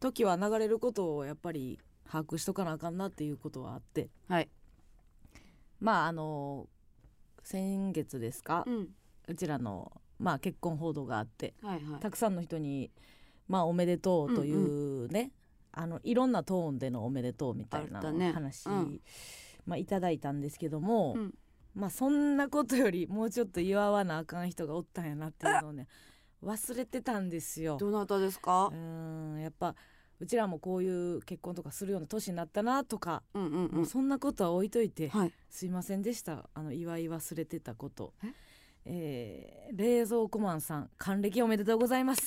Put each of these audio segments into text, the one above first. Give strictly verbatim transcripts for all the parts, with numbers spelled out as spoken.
時は流れることをやっぱり把握しとかなあかんなっていうことはあって、 はい、 まああの先月ですか、うん、うちらの、まあ、結婚報道があって、はいはい、たくさんの人に、まあ、おめでとうというね、うんうん、あのいろんなトーンでのおめでとうみたいな話、ね、うん、まあ、いただいたんですけども、うん、まあ、そんなことよりもうちょっと祝わなあかん人がおったんやなっていうのをね忘れてたんですよ。 どなたですか？ うーんやっぱうちらもこういう結婚とかするような年になったなとか、うんうんうん、もうそんなことは置いといて、はい、すいませんでした。あの祝い忘れてたこと。ええー、冷蔵庫マンさん還暦おめでとうございます。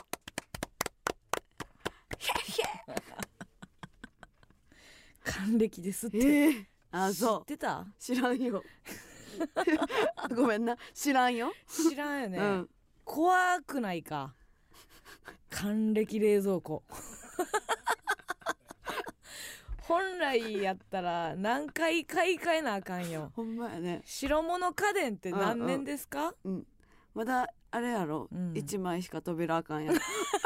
還暦ですって、えー、 あそう知ってた？ 知らんよごめんな、知らんよ。 知らんよね、うん、怖くないか還暦冷蔵庫本来やったら何回買い替えなあかんよ。 ほんまやね。 白物家電って何年ですか？ うん、うん、まだあれやろ、うん、いちまいしか扉あかんやろ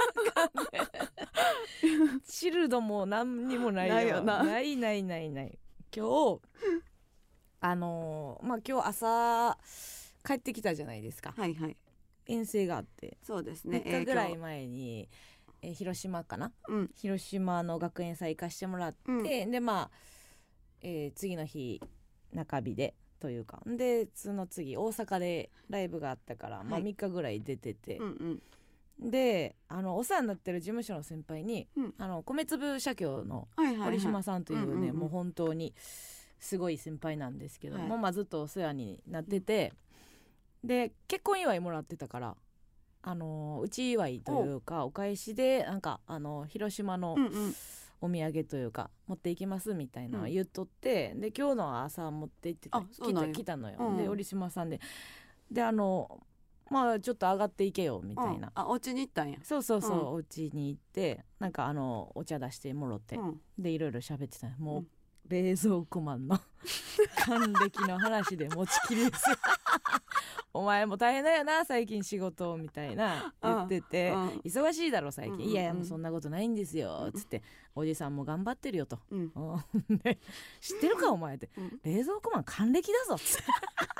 チルドも何にもないよ。ないよな。ないないないない。今日あのー、まあ今日朝帰ってきたじゃないですか。はいはい。遠征があって、 そうですね、 みっかぐらい前に、えー、広島かな、うん、広島の学園祭行かしてもらって、うん、でまあ、えー、次の日中日でというかでその次大阪でライブがあったから、はい、まあ、みっかぐらい出てて、うんうん、であのお世話になってる事務所の先輩に、うん、あの米粒社協の堀島さんというね、もう本当にすごい先輩なんですけども、はい、まあ、ずっとお世話になってて、で結婚祝いもらってたからあのうち祝いというかお返しでなんかあの広島のお土産というか持っていきますみたいなの言っとって、うん、で今日の朝持って行ってきた、来たのよ、うん、で折島さんでであのまあちょっと上がっていけよみたいな、 うん、あお家に行ったんや。 そうそうそう、うん、お家に行ってなんかあのお茶出してもろって、うん、でいろいろ喋ってた。もう、うん、冷蔵庫マンの還暦の話で持ちきりですよお前も大変だよな最近仕事みたいな言ってて、うん、忙しいだろ最近、うんうんうん、いやいやもうそんなことないんですよつって、うん、おじさんも頑張ってるよと、うん、で知ってるかお前って、うん、冷蔵庫マン還暦だぞつって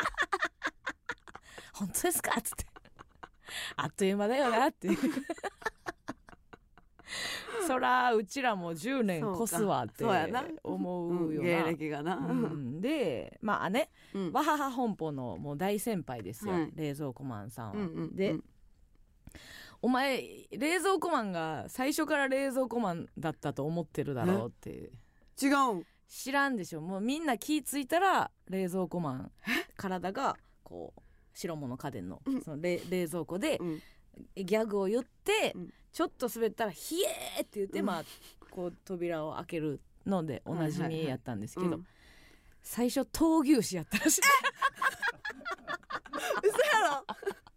本当ですかつってあっという間だよなってそらうちらもじゅうねん越すわって思うよな、 芸歴がな、うん、 でまあね、うん、わはは本舗のもう大先輩ですよ、はい、冷蔵庫マンさんは、うんうん、で、うん、お前冷蔵庫マンが最初から冷蔵庫マンだったと思ってるだろうって。 違う、 知らんでしょ。もうみんな気ついたら冷蔵庫マン体がこう白物家電 の, その 冷, 冷蔵庫で、うん、ギャグを言って、うん、ちょっと滑ったらヒエーって言って、うん、まあこう扉を開けるのでおなじみやったんですけど、はいはいはい、最初闘牛士やったらしい嘘やろ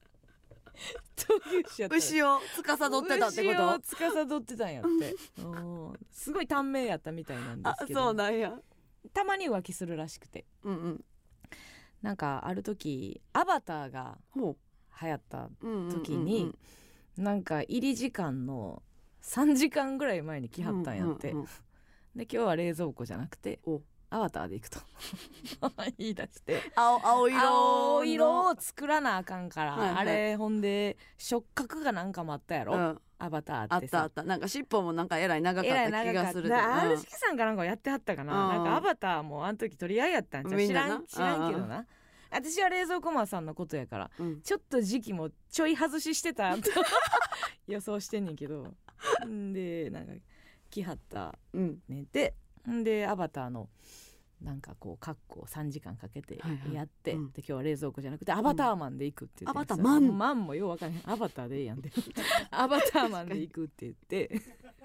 闘牛士やった牛を司ってたってこと？ 牛を司ってたんやってすごい短命やったみたいなんですけど、 あそうなんや。 たまに浮気するらしくて、うんうん、なんかある時アバターが流行った時に、うんうんうんうん、なんか入り時間のさんじかんぐらい前に来はったんやって、うんうんうん、で今日は冷蔵庫じゃなくてアバターで行くと言い出して青、青色青色を作らなあかんから、はいはい、あれほんで触覚がなんかもあったやろ、うん、アバターってさあったあった。なんか尻尾もなんかえらい長かった気がするで、 アールシキさんかなんかやってはったかな、うん、なんかアバターもあの時取り合いやったんちゃう、知らん知らんけどな。私は冷蔵庫マンさんのことやから、うん、ちょっと時期もちょい外ししてたと予想してんねんけどんでなんか来はった、うん、ねでんでアバターのなんかこうカッコをさんじかんかけてやって、はいはい、で今日は冷蔵庫じゃなくてアバターマンで行くって言って、うん、 アバターマンマンもよう分からへん、アバターでええやんでアバターマンで行くって言って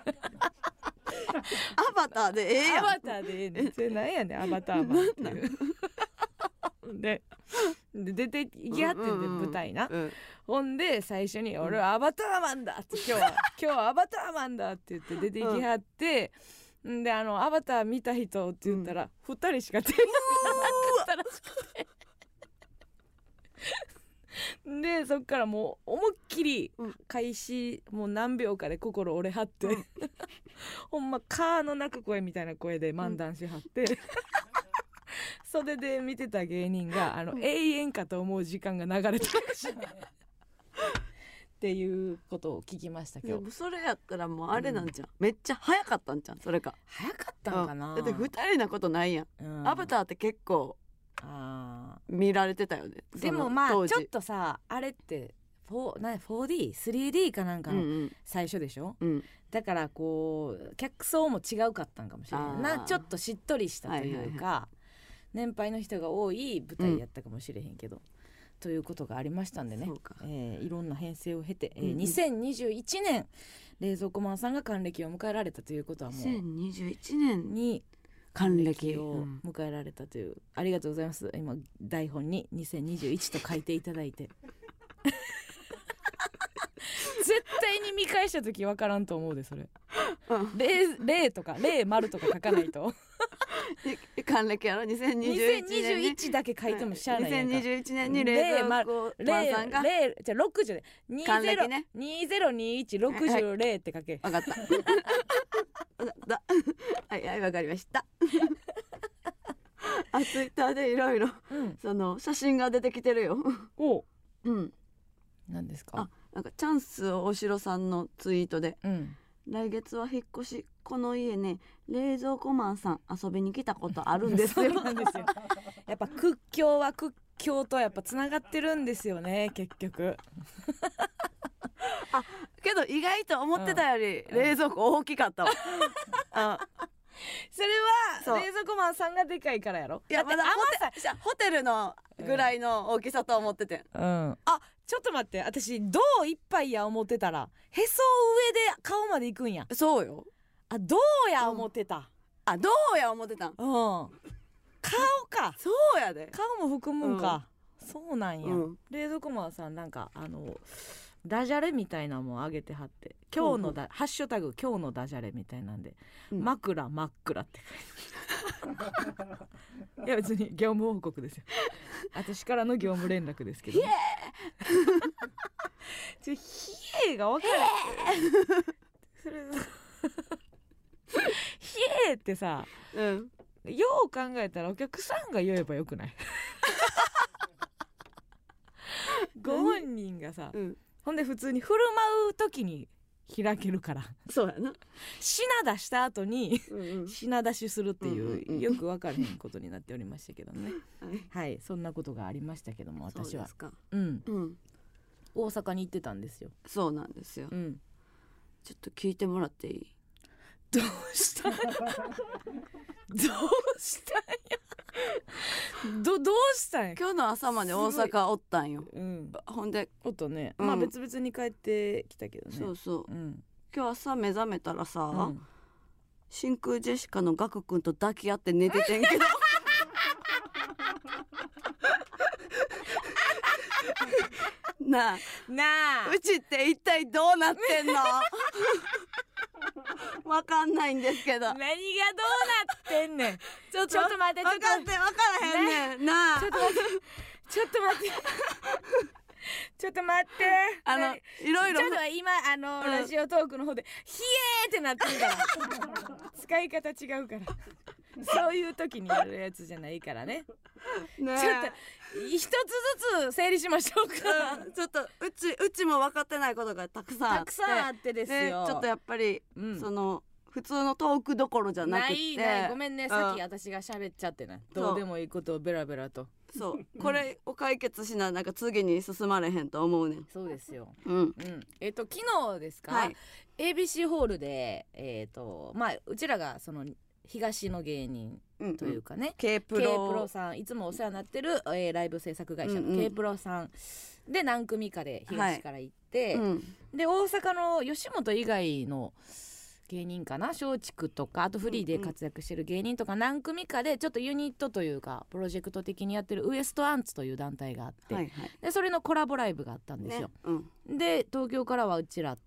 アバターでええやん、 アバターでええねん、それ何やねんアバターマンっていうで, で出て行きはってんで、うんうん、舞台な、うん、ほんで最初に俺はアバターマンだって今日は今日はアバターマンだって言って出て行きはって、うん、であのアバター見た人って言ったら、うん、ふたりしか手がなかったらしくてでそっからもう思いっきり開始もう何秒かで心折れはって、うん、ほんまカーの鳴く声みたいな声で漫談しはって、うん、袖で見てた芸人があの、うん、永遠かと思う時間が流れてるしっていうことを聞きました今日。 それやったらもうあれなんじゃん、うん、めっちゃ早かったんじゃん。それか早かったんかな、 だってふたりなことないやん、うん、アバターって結構あ見られてたよね。 でもまあちょっとさあれってフォー、な フォーディー、スリーディー かなんかの最初でしょ、うんうん、だからこう客層も違うかったんかもしれないな。ちょっとしっとりしたというか、はいはいはい、年配の人が多い舞台やったかもしれへんけど、うん、ということがありましたんでね、えー、いろんな編成を経て、えー、にせんにじゅういちねん冷蔵庫マンさんが還暦を迎えられたということはもうにせんにじゅういちねんに還暦を迎えられたという、うん、ありがとうございます。今台本ににせんにじゅういちと書いていただいて絶対に見返した時分からんと思うでそれ、うん、0とかゼロ丸とか書かないと還暦やろにせんにじゅういちねんににせんにじゅういちだけ書いてもしゃあないやんか。 にせんにじゅういちねんに冷蔵庫マンさんがじゃろくじゅうで還暦ねにせんにじゅういち ろくじゅうゼロって書け。 分かったはいはい分かりましたあツイッターでいろいろその写真が出てきてるよ。 おうん何ですか。 あなんかチャンス大城さんのツイートで、 うん、 来月は引っ越しこの家ね冷蔵庫マンさん遊びに来たことあるんですよそうなんですよやっぱ屈強は屈強とやっぱつながってるんですよね結局あけど意外と思ってたより冷蔵庫大きかったわ、うん、あそれは冷蔵庫マンさんがでかいからやろ。 いやまだホテ、ホテルのぐらいの大きさと思ってて、 うん、あちょっと待って私銅一杯や思ってたらへそ上で顔まで行くんや。 そうよ。 あ銅や思ってた、うん、 あ銅や思ってたん、うん、 顔かそうやで顔も含むんか、うん、そうなんや、うん、冷蔵庫マンさんなんかあのダジャレみたいなのも上げてはって今日のだ、うん、ハッシュタグ今日のダジャレみたいなんで、うん、枕真っ暗って書いてましたいや別に業務報告ですよ私からの業務連絡ですけど、ね、ちょひえが分からんそれひえってさ、うん、よう考えたらお客さんが言えばよくないご本人がさ、うんほんで普通に振る舞う時に開けるからそうやな品出した後に、うんうん、品出しするっていう、うんうん、よく分からへんことになっておりましたけどねはい、はい、そんなことがありましたけども私はそうですか、 うんうん、大阪に行ってたんですよ。 そうなんですよ、 うん、 ちょっと聞いてもらっていい？ どうしたどうしたんやど, どうしたんや今日の朝まで大阪おったんよ、うん、ほんでおったね、うん、まあ別々に帰ってきたけどね。 そうそう、うん、今日朝目覚めたらさ、うん、真空ジェシカのガク君と抱き合って寝ててんけどなあなあうちって一体どうなってんのわかんないんですけど何がどうなってんねんちょっと待って分かって分からへんねんなあちょっと待ってちょっと待ってちょっと待ってあのいろいろちょっと今あの、うん、ラジオトークの方でヒエーってなってるから使い方違うからそういう時にやるやつじゃないからねねちょっと一つずつ整理しましょうか、 うん、ちょっとうちうちも分かってないことがたくさんあってたくさんあってですよ、 ね、ちょっとやっぱり、うん、その普通のトークどころじゃなくてないないごめんね、うん、さっき私が喋っちゃってねどうでもいいことをベラベラとそうこれを解決しななんか次に進まれへんと思うねん。 そうですよ、 うん、うん、 えっ、ー、と昨日ですか、はい、エービーシー ホールでえっ、ー、とまあうちらがその東の芸人というかね、うんうん、 K プロ K プロさんいつもお世話になってる、えー、ライブ制作会社の K プロさんで何組かで東から行って、はいうん、で大阪の吉本以外の芸人かな松竹とかあとフリーで活躍してる芸人とか何組かでちょっとユニットというかプロジェクト的にやってるウエストアンツという団体があって、はいはい、でそれのコラボライブがあったんですよ、ねうん、で東京からはうちらと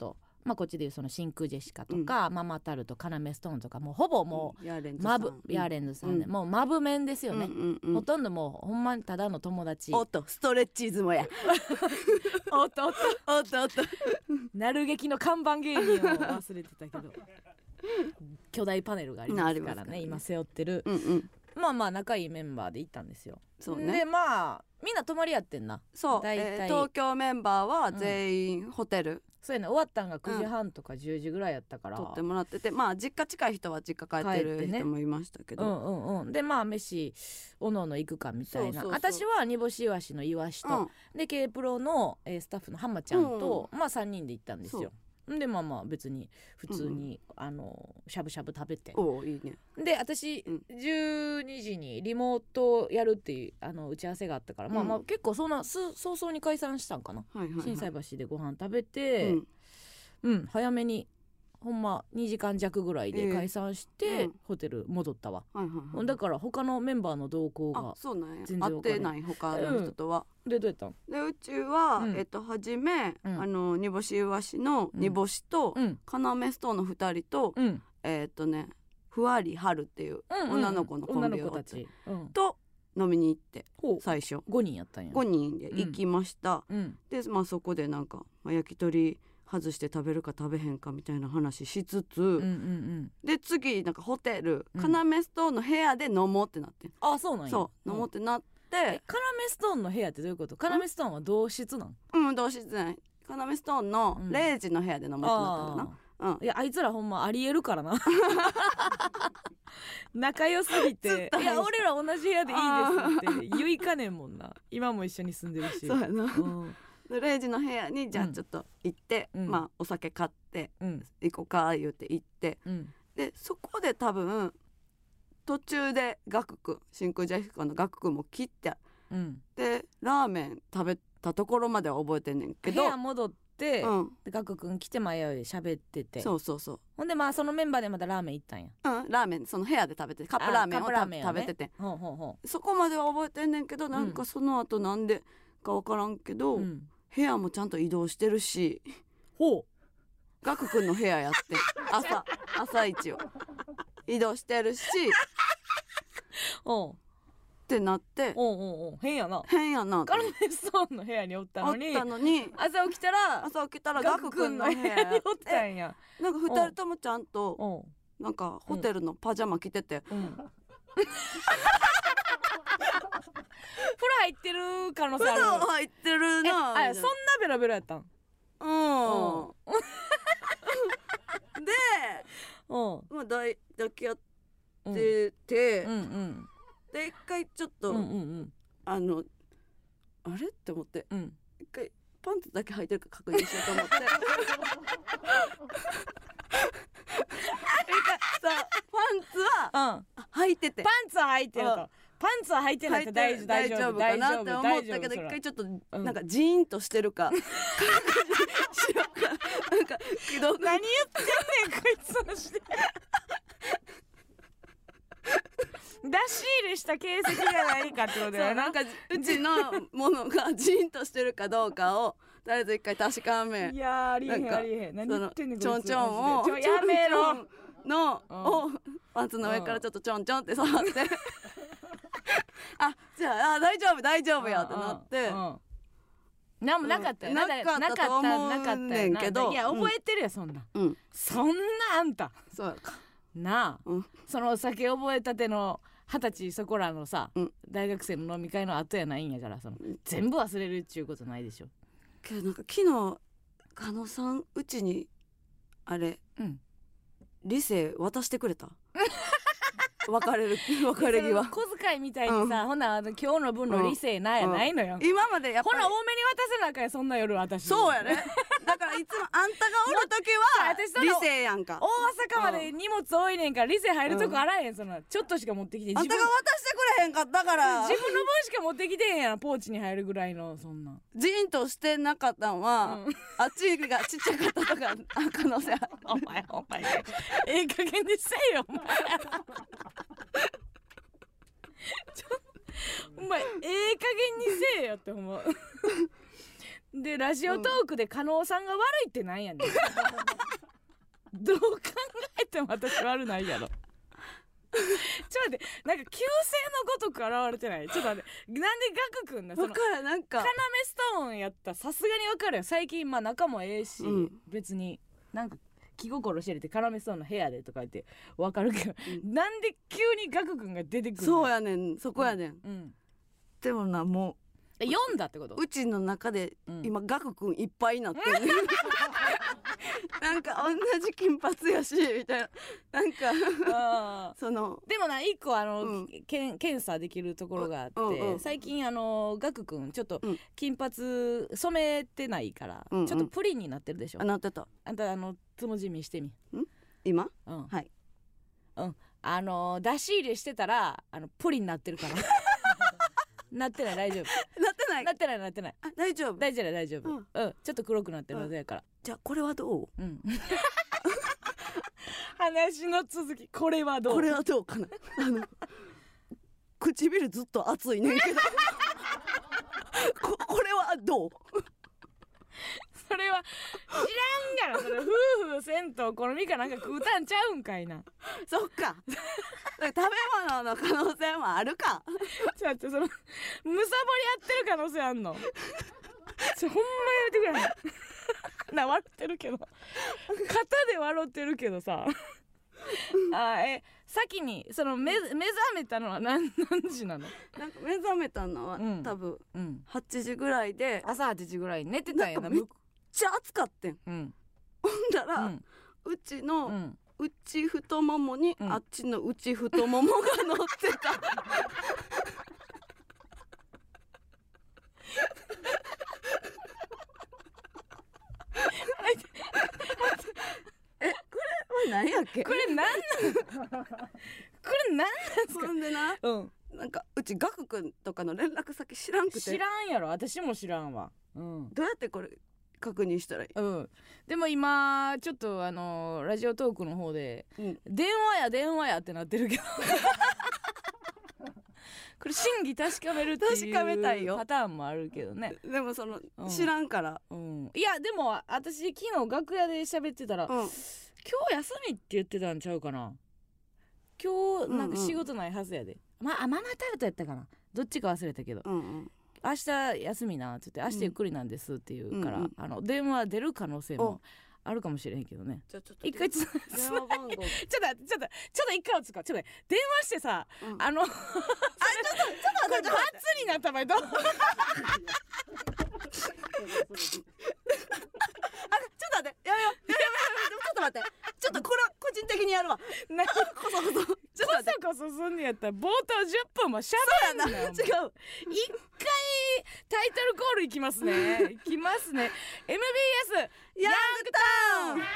まあ、こっちでいうその真空ジェシカとか、うん、ママタルト、カナメストーンとかもうほぼもう、うん、ヤーレンズさん、マブヤーレンズさんで、うん、もうマブメンですよね、うんうんうん、ほとんどもうほんまにただの友達。 おっとストレッチーズもやおっとおっとおっとおっとなる劇の看板芸人を忘れてたけど巨大パネルがありますから ね, からね今背負ってる、うんうん、まあまあ仲いいメンバーで行ったんですよ。 そうね、 でまあみんな泊まりやってんな。 そう、えー、東京メンバーは全員ホテル、うん、 そうやね、終わったんがくじはんとかじゅうじぐらいやったから、 うん、取ってもらってて、まあ実家近い人は実家帰ってる人もいましたけど、ね、うんうんうん、でまあ飯おのおの行くかみたいな。そうそうそう、私は煮干しイワシのイワシと、うん、で K プロの、えー、スタッフの浜ちゃんと、うん、まあさんにんで行ったんですよ。でまあまあ別に普通に、うん、あのしゃぶしゃぶ食べて、 おいいね。 で私、うん、じゅうにじにリモートやるっていうあの打ち合わせがあったから、うん、まあまあ結構そんなす早々に解散したんかな、はいはいはい、心斎橋でご飯食べて、うん、うん、早めにほんまにじかんじゃくぐらいで解散して、えーうん、ホテル戻ったわ、はいはいはい、だから他のメンバーの動向が全然合ってない他の人とは、 うん、でどうやったん？ でうちは、うん、えっと、はじめ、うん、あの煮干しイワシの煮干しと、うん、カナメストーンのふたりと、うん、えっとねふわりはるっていう女の子のコンビを、うんうん、と飲みに行って、最初ごにんやったんや。 ごにんで行きました、うん、で、まあ、そこでなんか、まあ、焼き鳥外して食べるか食べへんかみたいな話しつつ、うんうんうん、で次なんかホテル、うん、カナメストーンの部屋で飲もうってなって。 あ、そうなんや。 そう、飲もうってなって、 カナメストーンの部屋ってどういうこと？カナメストーンは同室なん？ うん、同室ない。カナメストーンのれいじの部屋で飲もうってなったかな、うん、 いやあいつらほんまありえるからな仲良すぎていや俺ら同じ部屋でいいですって言いかねんもんな。今も一緒に住んでるし。 そうやな、うんれいじの部屋にじゃあちょっと行って、うん、まあお酒買って、うん、行こうか言って行って、うん、でそこで多分途中でガク君真空ジェシカのガク君も来て、うん、でラーメン食べたところまでは覚えてんねんけど、 部屋戻って、うん、でガク君来て前より喋ってて、 そうそうそう、 ほんでまあそのメンバーでまたラーメン行ったんや。 うん、ラーメンその部屋で食べてカップラーメンを、ね、食べてて、ほうほうほう、そこまでは覚えてんねんけど、なんかその後なんでか分からんけど、うん、部屋もちゃんと移動してるし、ほうガク君の部屋やって朝朝一を移動してるしおうってなって、 おうおうおう変やな変やなカナメストーンの部屋におったのに、 おったのに朝起きたら朝起きたらガク君の部屋におったんや。 なんかふたりともちゃんとなんかホテルのパジャマ着てて、うんうん風呂入ってる可能性ある。 風呂入ってるな。 あ、そんなベロベロやったん？ うん。うん、で、うん、まあ抱き合ってて、うんうんうん、で一回ちょっと、うんうんうん、あのあれって思って、うん、一回パンツだけ履いてるか確認しようと思って。さあパンツは、うん、履いてて。 パンツは履いてると。うん、パンツは履いてないと大丈夫大丈夫かなって思ったけど、一回ちょっとなんかジーンとしてるか、うん、しようかなんかけど何言ってんねんこいつのして出し入れした形跡がないかってことだよな。 なんかうちのものがジーンとしてるかどうかをとりあえず一回確かめ。 いやーありえへんありえへん。何言ってんねんこいつ。 ちょんちょんをちょやめろのをパンツの上からちょっとちょんちょんって触ってあ、じゃあ、あ大丈夫大丈夫やってなって、うんうん、 なんもなかったよ、うん、 なかったと思うねんけど、 いや覚えてるよそんな、うん、そんなあんたそうかなあ、うん、そのお酒覚えたての二十歳そこらのさ、うん、大学生の飲み会の後やないんやからその、うん、全部忘れるっちゅうことないでしょ。 けどなんか昨日加納さんうちにあれ、うん、理性渡してくれた別れる別れ際小遣いみたいにさ、うん、ほな今日の分の理性なやないのよ、 うん、今までやっぱりほな多めに渡せなあかんやそんな夜私。 そうやねだからいつもあんたがおる時は理性やんか。 大阪まで荷物多いねんから理性入るとこあらへん、そんなちょっとしか持ってきてあんたが渡してくれへんかったから自分の分しか持ってきてへんやんポーチに入るぐらいのそんなジーンとしてなかったんは、うん、あっちがちっちゃかったとか可能性あるお前お前ええ加減にせえよお前ちょお前ええ加減にせえよって思うでラジオトークで加納さんが悪いってなんやねんどう考えても私悪ないやろちょっと待って、なんか旧姓のごとく現れてない。ちょっと待って、なんでガク君な、その分からん、なんか要ストーンやったらさすがに分かるよ。最近まあ仲もええし、うん、別になんか気心知れて要ストーンの部屋でとか言って分かるけど、うん、なんで急にガク君が出てくるの。 そうやねん、そこやねん、うんうん、でもな、もう読んだってこと。 うちの中で今、うん、ガク君いっぱいになってる、ね、なんか同じ金髪やしみたいな、なんかあそのでもな一個あの、うん、けん検査できるところがあって、うんうん、最近あのガク君ちょっと金髪染めてないから、うんうん、ちょっとプリンになってるでしょ。 あ、なってた。 あんたあのつもじみしてみん今、 うん、 はい、 うん、あの出し入れしてたらあのプリンになってるからなってない、大丈夫。 なってないなってないなってない。 あ、大丈夫大丈夫大丈夫、うん、うん、ちょっと黒くなってるはずやから、うん、 じゃあこれはどう、うん、 話の続き、これはどう、 これはどうかなあの唇ずっと熱いねんけどこ, これはどうそれは知らんがな。それ夫婦せんと好みかなんか食うたんちゃうんかいな。 そっか食べ物の可能性もあるかちょっとそのむさぼりやってる可能性あんのちょほんまやめてくれな笑ってるけど肩で笑ってるけどさあえ先にその 目, 目覚めたのは 何, 何時なの。 なんか目覚めたのは、うん、多分、うん、はちじぐらいで、 朝はちじぐらい寝てたんやな。 めっちゃ暑かってん、うん、ほんだら、うん、うちの、うん、内太ももに、うん、あっちの内太ももが乗ってたえ、これは何やっけ。 これ何なのこれ何なんですか。 ほんでな、うん、なんかうちガク君とかの連絡先知らんくて。 知らんやろ、私も知らんわ、うん、 どうやってこれ確認したらいい、 うん、でも今ちょっとあのラジオトークの方で、うん、電話や電話やってなってるけどこれ真偽確かめるっていうパターンもあるけどね。 でもその、うん、知らんから、 うん、いやでも私昨日楽屋で喋ってたら、うん、今日休みって言ってたんちゃうかな。今日なんか仕事ないはずやで、うんうん、まあママタルトやったかな、どっちか忘れたけど、うんうん、明日休みなって言って明日ゆっくりなんですって言うから、うんうん、あの電話出る可能性もあるかもしれへんけどね。 じゃあちょっと一回つ電話番号ちょっとちょっとちょっとちょっと一回を使う。ちょっと電話してさ、うん、あのあちょっとちょっと待って、バツになった場合どうあちょっと待って、やめようやめよう、ちょっと待って、ちょっとこれ個人的にやるわ。 なこそこそこそこそすんねやったら冒頭じゅっぷんもしゃべんなよ。 違う、一回タイトルコールいきますねいきますね エムビーエス ヤングタウン。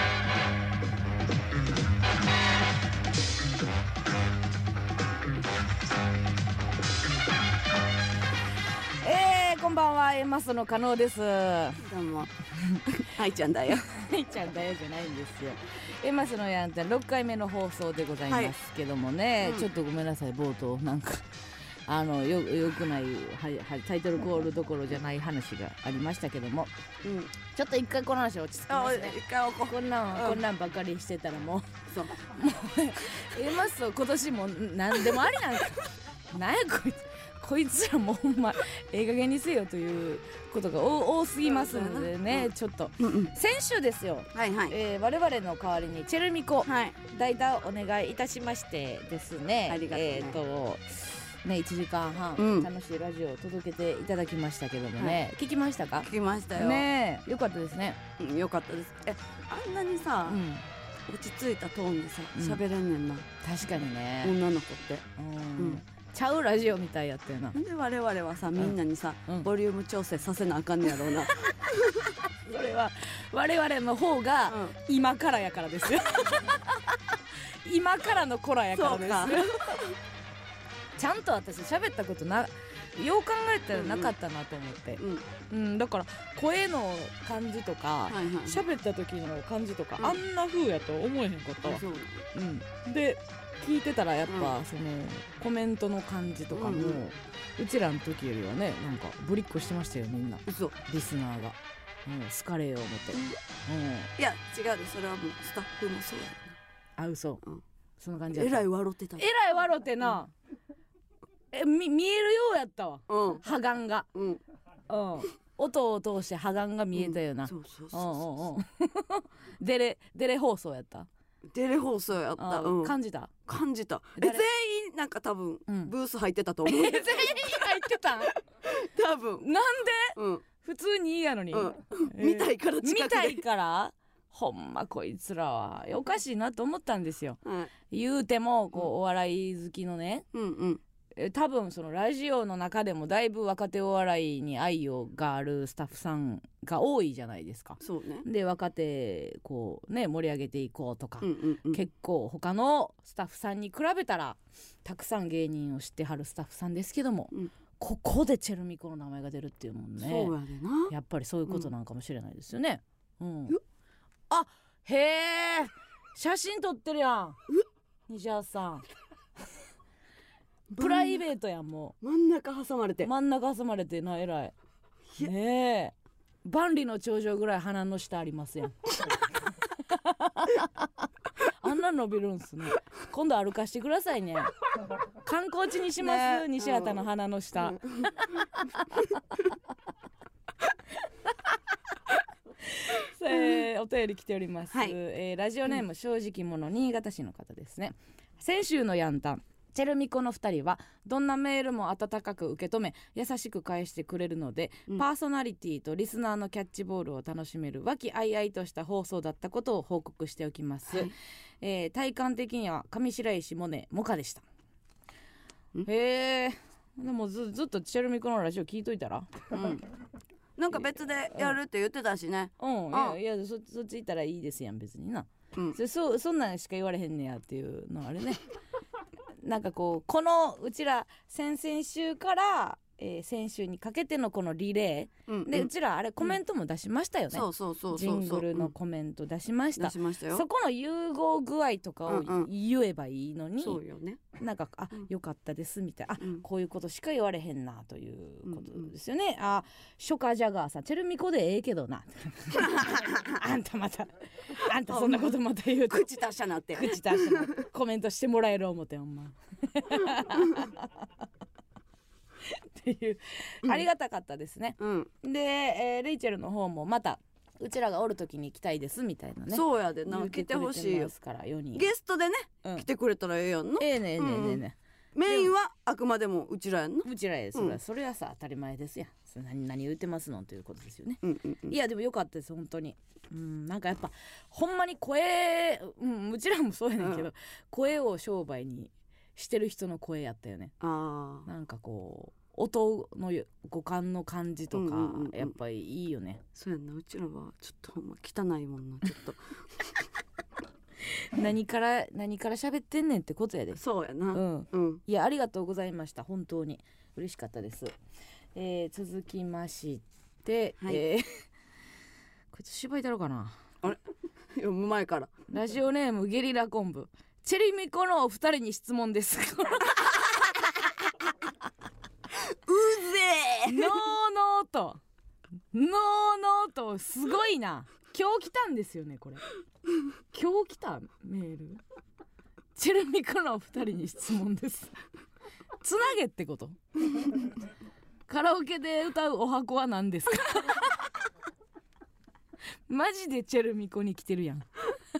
えー、こんばんは、エマスの加納です。どうもはいちゃんだよはいちゃんだよじゃないんですよ。エマスのヤングタウンろっかいめの放送でございますけどもね、はいうん、ちょっとごめんなさい、冒頭なんかあの よ, よくないははタイトルコールどころじゃない話がありましたけども、うん、ちょっと一回この話落ち着きますね。 一回ここんなん、うん、こんなんばっかりしてたらもうそうもうエマスと今年も何でもありなんかなんやこいつこいつらもうほんまええ加減にせよということが多すぎますのでね、うん、ちょっと、うんうん、先週ですよ、はいはいえー、我々の代わりにチェルミコ、はい、代打お願いいたしましてですね、ありがとうね、えーとね、いちじかんはん、うん、楽しいラジオを届けていただきましたけどもね、はい、聞きましたか。 聞きましたよね、よかったですね、 うん、よかったです。えあんなにさ、うん、落ち着いたトーンでさ喋、うん、れんねんな。 確かにね、 女の子って、 うんうんちゃうラジオみたいやったよな。 なんで我々はさみんなにさ、うん、ボリューム調整させなあかんねやろうなそれは我々の方が今からやからですよ今からの子らやからですよちゃんと私喋ったことなよう考えたらなかったなと思って、うんうんうん、だから声の感じとか喋、はいはい、った時の感じとか、うん、あんな風やと思えへんかったわ、うん、で聞いてたらやっぱ、うん、そのコメントの感じとかも、うんうん、うちらの時よりはねなんかぶりっこしてましたよみんな。 嘘。 リスナーがうん、好かれよう思って、うん、 いや違うで、それはもうスタッフもそうやな。あ、嘘、うん、その感じやった。えらい笑ってた。 えらい笑ってな、うん、え 見, 見えるようやったわ、うん、破顔が、うんうん、音を通して破顔が見えたよな、うん、そうそうそうそう、デレデレ放送やった。 デレ放送やった、うん、 感じた感じた。え全員なんか多分、うん、ブース入ってたと思う。え全員入ってたん多分。 なんで、うん、普通にいいやのに、うんえー、見たいから近くで見たいからほんまこいつらはおかしいなと思ったんですよ、うん、言うてもこう、うん、お笑い好きのね、うんうん多分そのラジオの中でもだいぶ若手お笑いに愛をがあるスタッフさんが多いじゃないですか。 そうね。 で若手こうね盛り上げていこうとか、うんうんうん、結構他のスタッフさんに比べたらたくさん芸人を知ってはるスタッフさんですけども、うん、ここでチェルミコの名前が出るっていうもんね。 そうやでな。 やっぱりそういうことなんかもしれないですよね、うんうん、あへえ写真撮ってるやん西橋さんプライベートやん。もう真ん中挟まれて真ん中挟まれてな、えらいねえ。万里の長城ぐらい鼻の下ありますやんあんな伸びるんすね。今度歩かしてくださいね。観光地にします、ね、西畑の鼻の下、うんえー、お便り来ております、はいえー、ラジオネーム、うん、正直者新潟市の方ですね。先週のヤンタンチェルミコのふたりはどんなメールも温かく受け止め優しく返してくれるので、うん、パーソナリティとリスナーのキャッチボールを楽しめる和気あいあいとした放送だったことを報告しておきます、はいえー、体感的には上白石萌音モカでした。へえでも ず, ずっとチェルミコのラジオ聞いといたら、うん、 なんか別でやるって言ってたしね。 うん、うん、いやいや そ, そっち行ったらいいですやん別にな、うん、そ, そ, そんなんしか言われへんねやっていうのあれねなんかこうこのうちら先々週から、えー、先週にかけてのこのリレー、うんうん、でうちらあれコメントも出しましたよね、 うん、そうそうそうそうジングルのコメント出しました、 出しましたよ。 そこの融合具合とかを言えばいいのに、うんうん、 そうよね。 なんかあ、うん、よかったですみたいな、あ、うん、こういうことしか言われへんなということですよね、うんうん、あ、ショカジャガーさんチェルミコでええけどなあんたまたあんたそんなことまた言うと口達者なって口達者なってコメントしてもらえる思てほんまっていう、うん、ありがたかったですね、うん、で、えー、レイチェルの方もまたうちらがおる時に行きたいですみたいなね。 そうやでな、来てほしいよからよにんゲストでね、うん、来てくれたらええやんな。 ええねえねえねえね、 うん、メインはあくまでもうちらやんな。 うちらや、それは、うん、それはさ当たり前ですやん。それ 何, 何言ってますのということですよね、うんうんうん、いやでもよかったです本当に、うん、なんかやっぱほんまに声、うん、うちらもそうやねんけど、うん、声を商売にしてる人の声やったよね。あなんかこう音の五感の感じとか、うんうんうん、やっぱりいいよね。 そうやんな、うちらはちょっとほんま汚いもんなちょっと何から何から喋ってんねんってことやで。 そうやな、 うんうん、いやありがとうございました。本当に嬉しかったです、えー、続きまして、はいえー、こいつ芝居だろうかなあれ読む前からラジオネームゲリラコンブチェリミコのお二人に質問ですうぜーノーノーとノーノーとすごいな。今日来たんですよねこれ。今日来たメール。チェルミコのお二人に質問です。つなげってこと？カラオケで歌うお箱は何ですか？マジでチェルミコに来てるやん。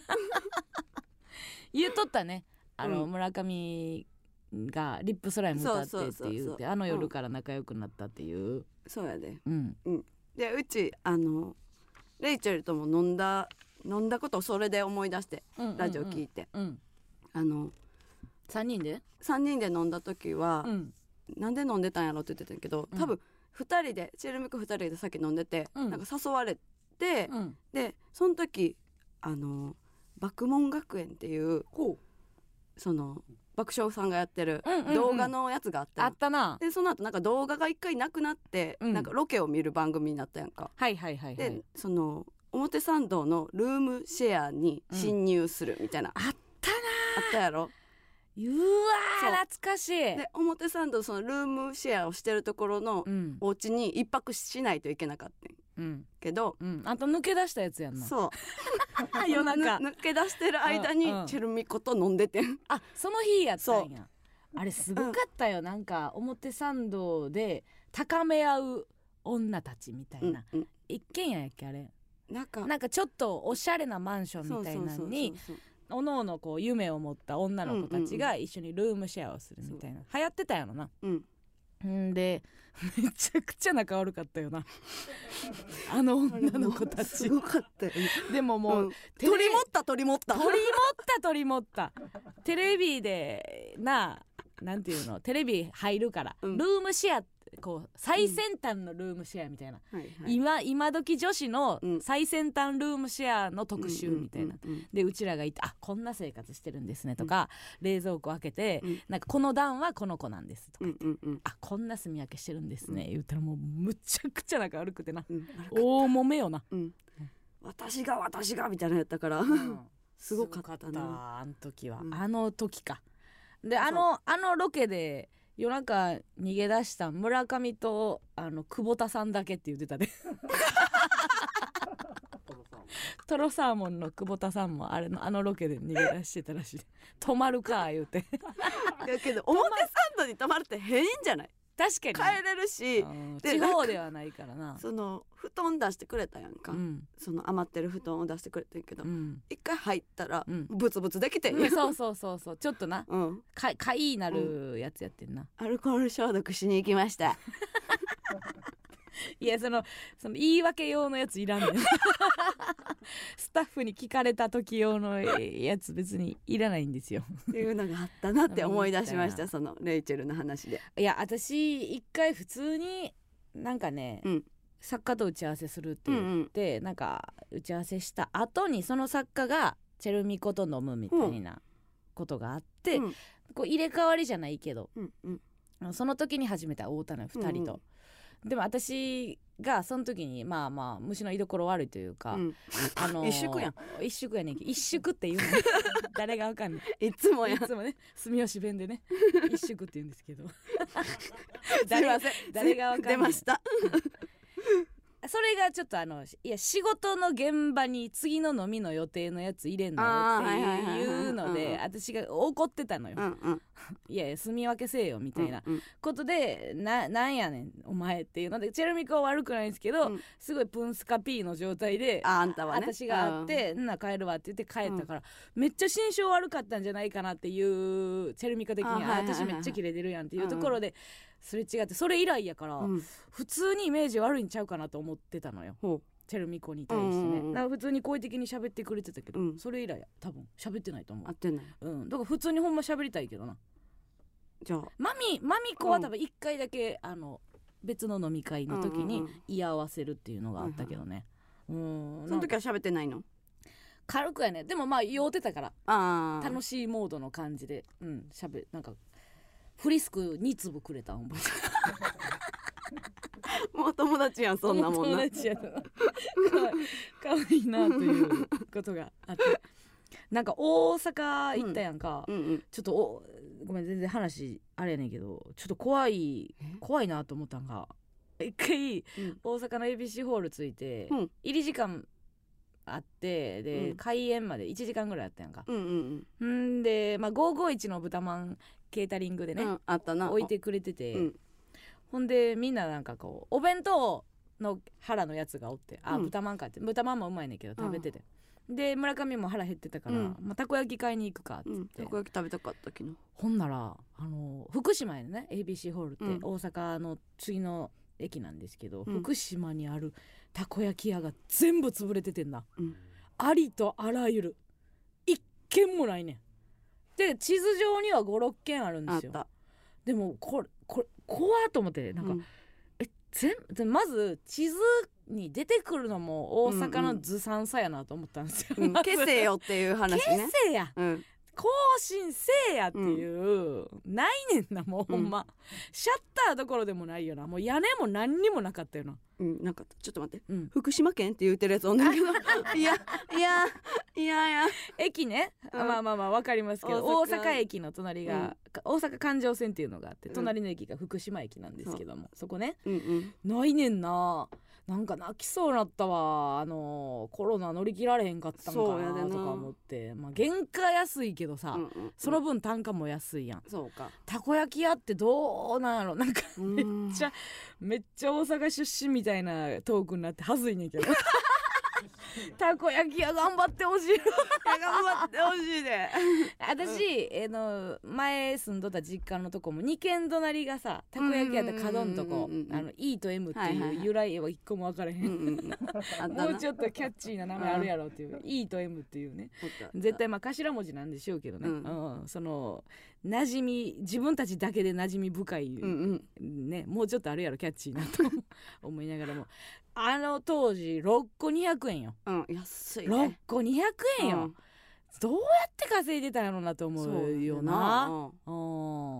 言っとったね。あの、うん、村上がリップスライム歌ってって言うて、あの夜から仲良くなったっていう、うん、 そうやで、うんうん、でうちあのレイチェルとも飲んだ飲んだことをそれで思い出して、うんうんうん、ラジオ聞いて、うん、あのさんにんでさんにんで飲んだ時は、うん、なんで飲んでたんやろって言ってたけど、多分ふたりでチェルミコふたりでさっき飲んでて、うん、なんか誘われて、うん、でその時あの爆問学園っていうその爆笑さんがやってる動画のやつがあった、 うんうんうん、あったな。 でその後なんか動画が一回なくなって、うん、なんかロケを見る番組になったやんか。 はいはいはい、はい、 でその表参道のルームシェアに侵入するみたいな、 うん、あったな。 あったやろ。 うわー懐かしい。 で表参道そのルームシェアをしてるところのお家に一泊しないといけなかったん、うん、けど、 うん、あと抜け出したやつやんな。 そう夜中抜け出してる間にチェルミコと飲んでてん、 あその日やったんや。あれすごかったよ、うん、なんか表参道で高め合う女たちみたいな、うんうん、一軒家やっけあれ、なんかなんかちょっとおしゃれなマンションみたいなのにおのおのこう夢を持った女の子たちが一緒にルームシェアをするみたいな、うんうん、流行ってたやろな、うん、んでめちゃくちゃ仲悪かったよなあの女の子たちすごかったよ、ね、 でももう、うん、 取り持った取り持った取り持った取り持ったテレビでななんていうのテレビ入るから、うん、ルームシェアこう最先端のルームシェアみたいな、うんはいはい、今今時女子の最先端ルームシェアの特集みたいな、うんうんうんうん、でうちらがいてあこんな生活してるんですねとか、うん、冷蔵庫開けて、うん、なんかこの段はこの子なんですとか言って、うんうんうん、あこんな住み分けしてるんですね、うん、言ったらもうむちゃくちゃ仲悪くてな、うん、大揉めよな、うん、 私が私がみたいなやったから、うん、すごかったなあの時は、うん、あの時かであのあのロケで夜中逃げ出した村上とあの久保田さんだけって言ってたでトロサーモンの久保田さんもあれのあのロケで逃げ出してたらしい泊まるか言うてだけど表参道に泊まるって変じゃない？ 確かに帰れるし地方ではないからな。 その布団出してくれたやんか、うん、その余ってる布団を出してくれてんけど、うん、一回入ったら、うん、ブツブツできてん、 うん、そうそうそうそうちょっとな、うん、か, かいなるやつやってんな、 アルコール消毒しに行きましたいやそのその言い訳用のやついらんねんスタッフに聞かれた時用のやつ別にいらないんですよっていうのがあったなって思い出しましたそのレイチェルの話で。 いや私一回普通になんかね、うん、作家と打ち合わせするって言って、うんうん、なんか打ち合わせした後にその作家がチェルミコと飲むみたいなことがあって、うん、こう入れ替わりじゃないけど、うんうん、その時に初めて会うたのよふたりと、うんうん、でも私がその時にまあまあ虫の居所悪いというか、うん、あのー、 一縮やん一縮やねんけど一縮って言うの誰がわかんないいつもやんいつもね住吉弁でね一縮って言うんですけどすいません誰がわかんない出ましたそれがちょっとあのいや仕事の現場に次の飲みの予定のやつ入れんのよっていうので私が怒ってたのよ、うんうん、いやいや住み分けせえよみたいなことで、うんうん、な, なんやねんお前っていうのでチェルミコは悪くないんですけど、うん、すごいプンスカピーの状態であ, あんたは、ね、 私が会ってんな帰るわって言って帰ったから、うん、めっちゃ心象悪かったんじゃないかなっていうチェルミコ的に、はいはいはいはい、私めっちゃキレてるやんっていうところで、うんすれ違ってそれ以来やから、うん、普通にイメージ悪いんちゃうかなと思ってたのよチェルミコに対してね、うんうんうん、だから普通に好意的に喋ってくれてたけど、うん、それ以来や多分喋ってないと思う。 合ってない、 うん、だから普通にほんま喋りたいけどな。 じゃあマミマミコは多分いっかいだけ、うん、あの別の飲み会の時に居合わせるっていうのがあったけどね、うんうんうん、その時は喋ってないの？ 軽くやね。でもまあ酔ってたからあ楽しいモードの感じでうん喋なんかフリスクに粒くれたん覚えもう友達やんそんなもんな友達やなかわいいなということがあってなんか大阪行ったやんか、うんうんうん、ちょっとおごめん全然話あれやねんけどちょっと怖い怖いなと思ったんが一回、うん、大阪の エービーシー ホール着いて、うん、入り時間あってで、うん、開演までいちじかんぐらいあったやんか、うんうんうん、んで、まあ、ごーごーいちの豚まんケータリングでね、うん、 あったな置いてくれてて、うん、ほんでみんななんかこうお弁当の腹のやつがおって、うん、あ豚まんかって豚まんもうまいねんけど食べてて、うん、で村上も腹減ってたから、うんまあ、たこ焼き買いに行くかっつって、うん、 たこ焼き食べたかった昨日。 ほんならあの福島へね エービーシー ホールって大阪の次の駅なんですけど、うん、福島にあるたこ焼き屋が全部潰れててんな、うん、ありとあらゆる一軒もないねん。で地図上にはごろっけんあるんですよ。でもこれこれ怖っと思ってなんか、うん、え全まず地図に出てくるのも大阪のずさんさやなと思ったんですよ、 うんうん、消せよっていう話ね。 消せや、うん、 更新せえやっていう、うん、ないねんなもうほんま、うん、シャッターどころでもないよな。もう屋根も何にもなかったよな。 うん、なんかちょっと待って、うん、福島県って言ってるやつおんねんけどいやいやいやいや駅ね、うん、まあまあまあ分かりますけど、大阪、大阪駅の隣が、うん、大阪環状線っていうのがあって、隣の駅が福島駅なんですけども、うん、そこね、うんうん、ないねんな。なんか泣きそうなったわ。あのコロナ乗り切られへんかったんかなとか思って、まあ、原価安いけどさ、うんうんうん、その分単価も安いやん。 そうか。 たこ焼き屋ってどうなんやろ。なんかめっちゃめっちゃ大阪出身みたいなトークになってはずいねんけどたこ焼き屋頑張ってほしい頑張ってほしいで私、えー、の前住んどった実家のとこもに軒隣がさたこ焼き屋で角んとこ、あの E と M っていう由来は一個も分からへん、うんうん、もうちょっとキャッチーな名前あるやろっていう、うん、E と M っていうね、絶対まあ頭文字なんでしょうけどね、うんうん、その馴染み自分たちだけで馴染み深い、うんうん、ね、もうちょっとあるやろキャッチーなと思いながらもあの当時ろっこにひゃくえんよ、 うん、安いね。 ろっこにひゃくえんよ、うん、どうやって稼いでたんやろうなと思うよな。うん、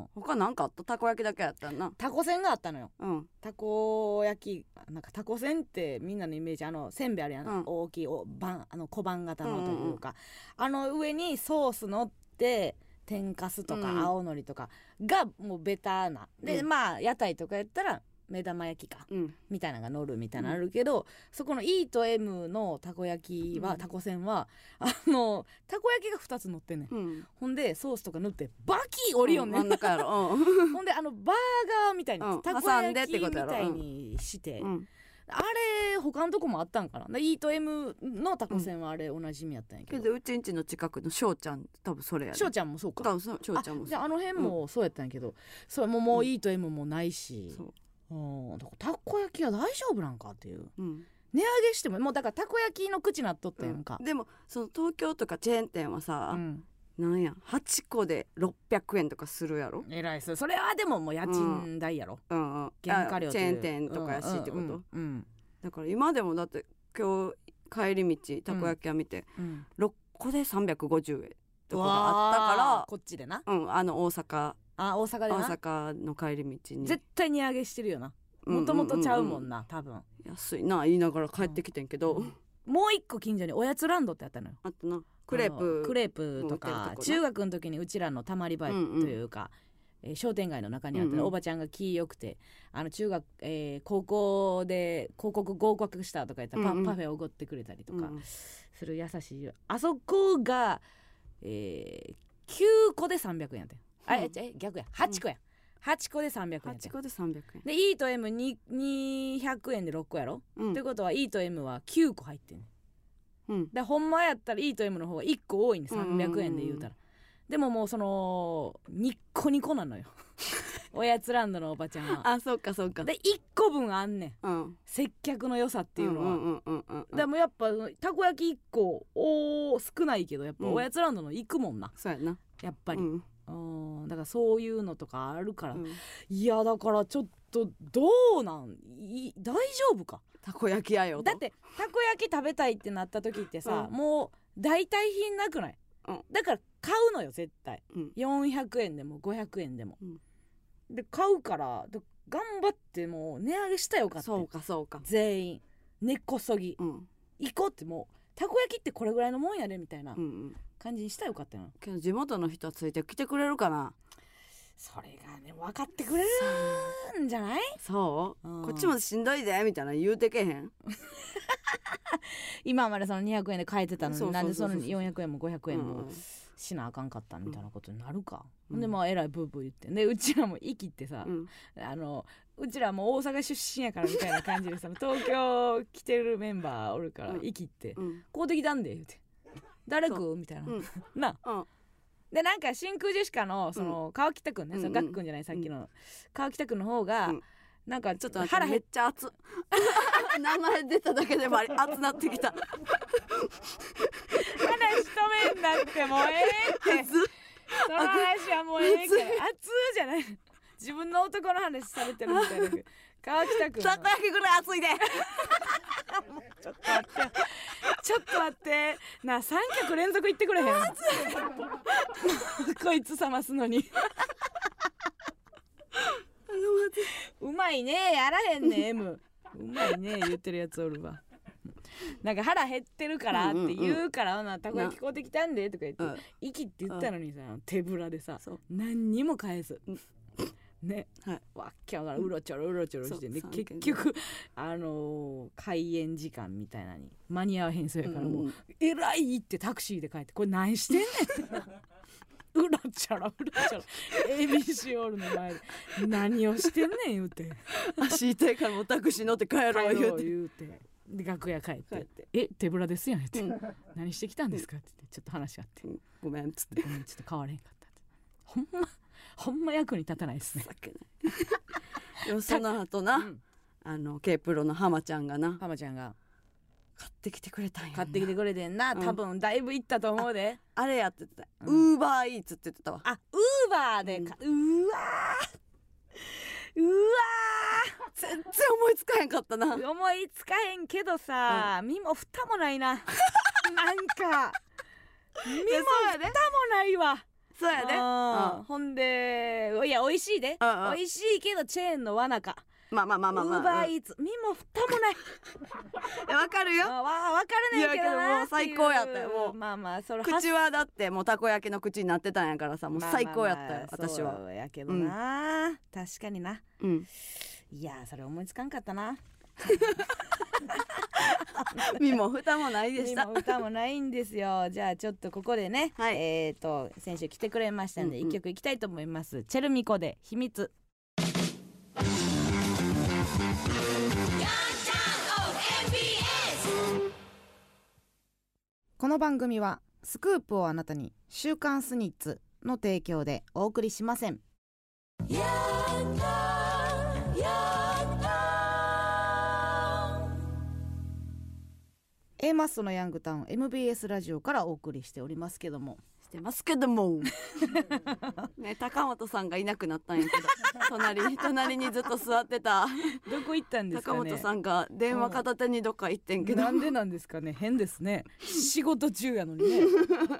他なんかあった？たこ焼きだけやったな。 たこせんがあったのよ、うん、たこ焼きなんかたこせんってみんなのイメージ、あのせんべいあるやん、うん、大きいおばんあの小判型のというか、うんうんうん、あの上にソース乗って天かすとか青のりとかがもうベタな、うん、でまあ屋台とかやったら目玉焼きか、うん、みたいなのが乗るみたいなのあるけど、うん、そこの E と M のたこ焼きは、うん、たこせんはあのたこ焼きがふたつ乗ってんねん、うん、ほんでソースとか塗ってバキオリオンね、 うん、真ん中やろ、うん、 ほんであのバーガーみたいに、うん、たこ焼きみたいにして、うん、あれ他のとこもあったんかな。 E と M のたこせんはあれおなじみやったんやけど、 けどうちんちの近くのしょうちゃん多分それやね。 しょうちゃんもそうか。 多分しょうちゃんもそう。 じゃああの辺もそうやったんやけど、うん、それももう E と M もないし、そううん、だからたこ焼きは大丈夫なんかっていう、うん、値上げしてももうだからたこ焼きの口なっとったやんか、 うん、でもその東京とかチェーン店はさ、うん、なんやはちこでろっぴゃくえんとかするやろ。 えらいっす。それはでももう家賃代やろ、うんうん、原価料チェーン店とかやしってこと、うんうんうんうん、だから今でもだって今日帰り道たこ焼き屋見て、うん、ろっこでさんびゃくごじゅうえんとかがあったからこっちでな、 うん、あの大阪あ大阪でな大阪の帰り道に絶対値上げしてるよな。もともとちゃうもんな、多分安いな言いながら帰ってきてんけど、うんうん、もう一個近所におやつランドってあったのよ。 あったな。クレープクレープとか中学の時にうちらのたまり場というか、うんうんえー、商店街の中にあった、うんうん、おばちゃんが気よくてあの中学、えー、高校で広告合格したとか言ったら パ,、うんうん、パフェをおごってくれたりとかする優しい、あそこが、えー、きゅうこでさんびゃくえんやったよ、うん、あええ逆やはちこや、うんはちこでさんびゃくえんやったよ。 はちこでさんびゃくえんで E と M ににひゃくえんでろっこやろ、うん、ってことは E と M はきゅうこ入ってんね、うん、でほんまやったら E と M の方がいっこ多いねさんびゃくえんで言うたら、うんうんうん、でももうそのニッコニコなのよおやつランドのおばちゃんは。 あそうかそうか。 でいっこぶんあんねん、うん、接客の良さっていうのは、うんうんうんうんうん、でもやっぱたこ焼きいっこお少ないけどやっぱおやつランドの行くもんな、うん、 そうやなやっぱり、うんうん、だからそういうのとかあるから、うん、 いやだからちょっとどうなんい大丈夫かたこ焼きやよ。 だってたこ焼き食べたいってなった時ってさ、うん、もう代替品なくない、うん、だから買うのよ絶対、うん、よんひゃくえんでもごひゃくえんでも、うん、で買うから頑張ってもう値上げしたよかって。 そうかそうか。 全員根こそぎ、うん、行こうってもうたこ焼きってこれぐらいのもんやでみたいな、うんうん感じにしたらよかったよ。 けど地元の人はついてきてくれるかな。 それがね分かってくれるんじゃない。 そう、うん、こっちもしんどいでみたいな言うてけへん今までそのにひゃくえんで買えてたのになんでそのよんひゃくえんもごひゃくえんもしなあかんかったみたいなことになるか、うん、でまあえらいブーブー言ってでうちらも生きってさ、うん、あのうちらも大阪出身やからみたいな感じでさ東京来てるメンバーおるから生きって、うん、こうできたんで言うて誰くみたいな、うん、な、うん、でなんか真空ジェシカのその、うん、川北くんね、うん、そのガックんじゃないさっきの、うん、川北くんの方が、うん、なんかちょっと腹めっちゃ熱名前出ただけでも熱なってきた話止めんなってもうええってその話はもうええから熱じゃない自分の男の話されてるみたいな川北くんたこ焼きぐらい熱いでちょっと待ってちょっと待ってなあさん脚連続言ってくれへんこいつ冷ますのにうまいねやらへんね M うまいね言ってるやつおるわなんか腹減ってるからって言うから、うんうんうん、たこ焼き買うてきたんでとか言って、うん、息って言ったのにさ、うん、手ぶらでさ何にも返す、うん、ね、はい、わっきゃわからんうろちょろうろちょろしてね、結局あのー、開演時間みたいなに間に合わへんそうやから、もう、うん、えらいってタクシーで帰ってこれ何してんねんうろちょろうろちょろ エービーシー オールの前で何をしてんねん言うて足痛いからもうタクシー乗って帰ろう言うて、 言うてで楽屋帰ってってえ手ぶらですやんって、うん、何してきたんですかって言ってちょっと話し合って、うん、 ごめんっつってごめんちょっと変われへんかったってほんまほんま役に立たないですねでもその後な、うん、あの K プロの浜ちゃんがな浜ちゃんが買ってきてくれたんや買ってきてくれてんな、うん、多分だいぶいったと思うであ, あれやってたウーバーイーツって言ってたわあウーバーでか、うん、うわーうわー全然思いつかへんかったな思いつかへんけどさ、うん、身も蓋もないななんか身も蓋もないわそうやで、 うん、ほんでいや美味しいで、うんうん、美味しいけどチェーンの罠かまあまあまあまあまあウーバーイーツ身も蓋もないわかるよわわかるねんけどなもう最高やったよもうまあまあそれ口はだってもうたこ焼きの口になってたんやからさもう最高やったよ、まあまあまあ、私はそうやけどな、うん、確かにな、うん、いやそれ思いつかんかったな身も蓋もないでした身も蓋もないんですよじゃあちょっとここでね、はい、えーと先週来てくれましたんで一、うんうん、曲いきたいと思います。チェルミコで秘密。この番組はスクープをあなたに週刊スニッツの提供でお送りしません。やったやった A マッソのヤングタウン エムビーエス ラジオからお送りしておりますけどもしてますけどもね、高本さんがいなくなったんやけど隣, 隣にずっと座ってたどこ行ったんですかね。 高本さんが電話片手にどっか行ってんけど、 なんでなんですかね。変ですね仕事中やのにね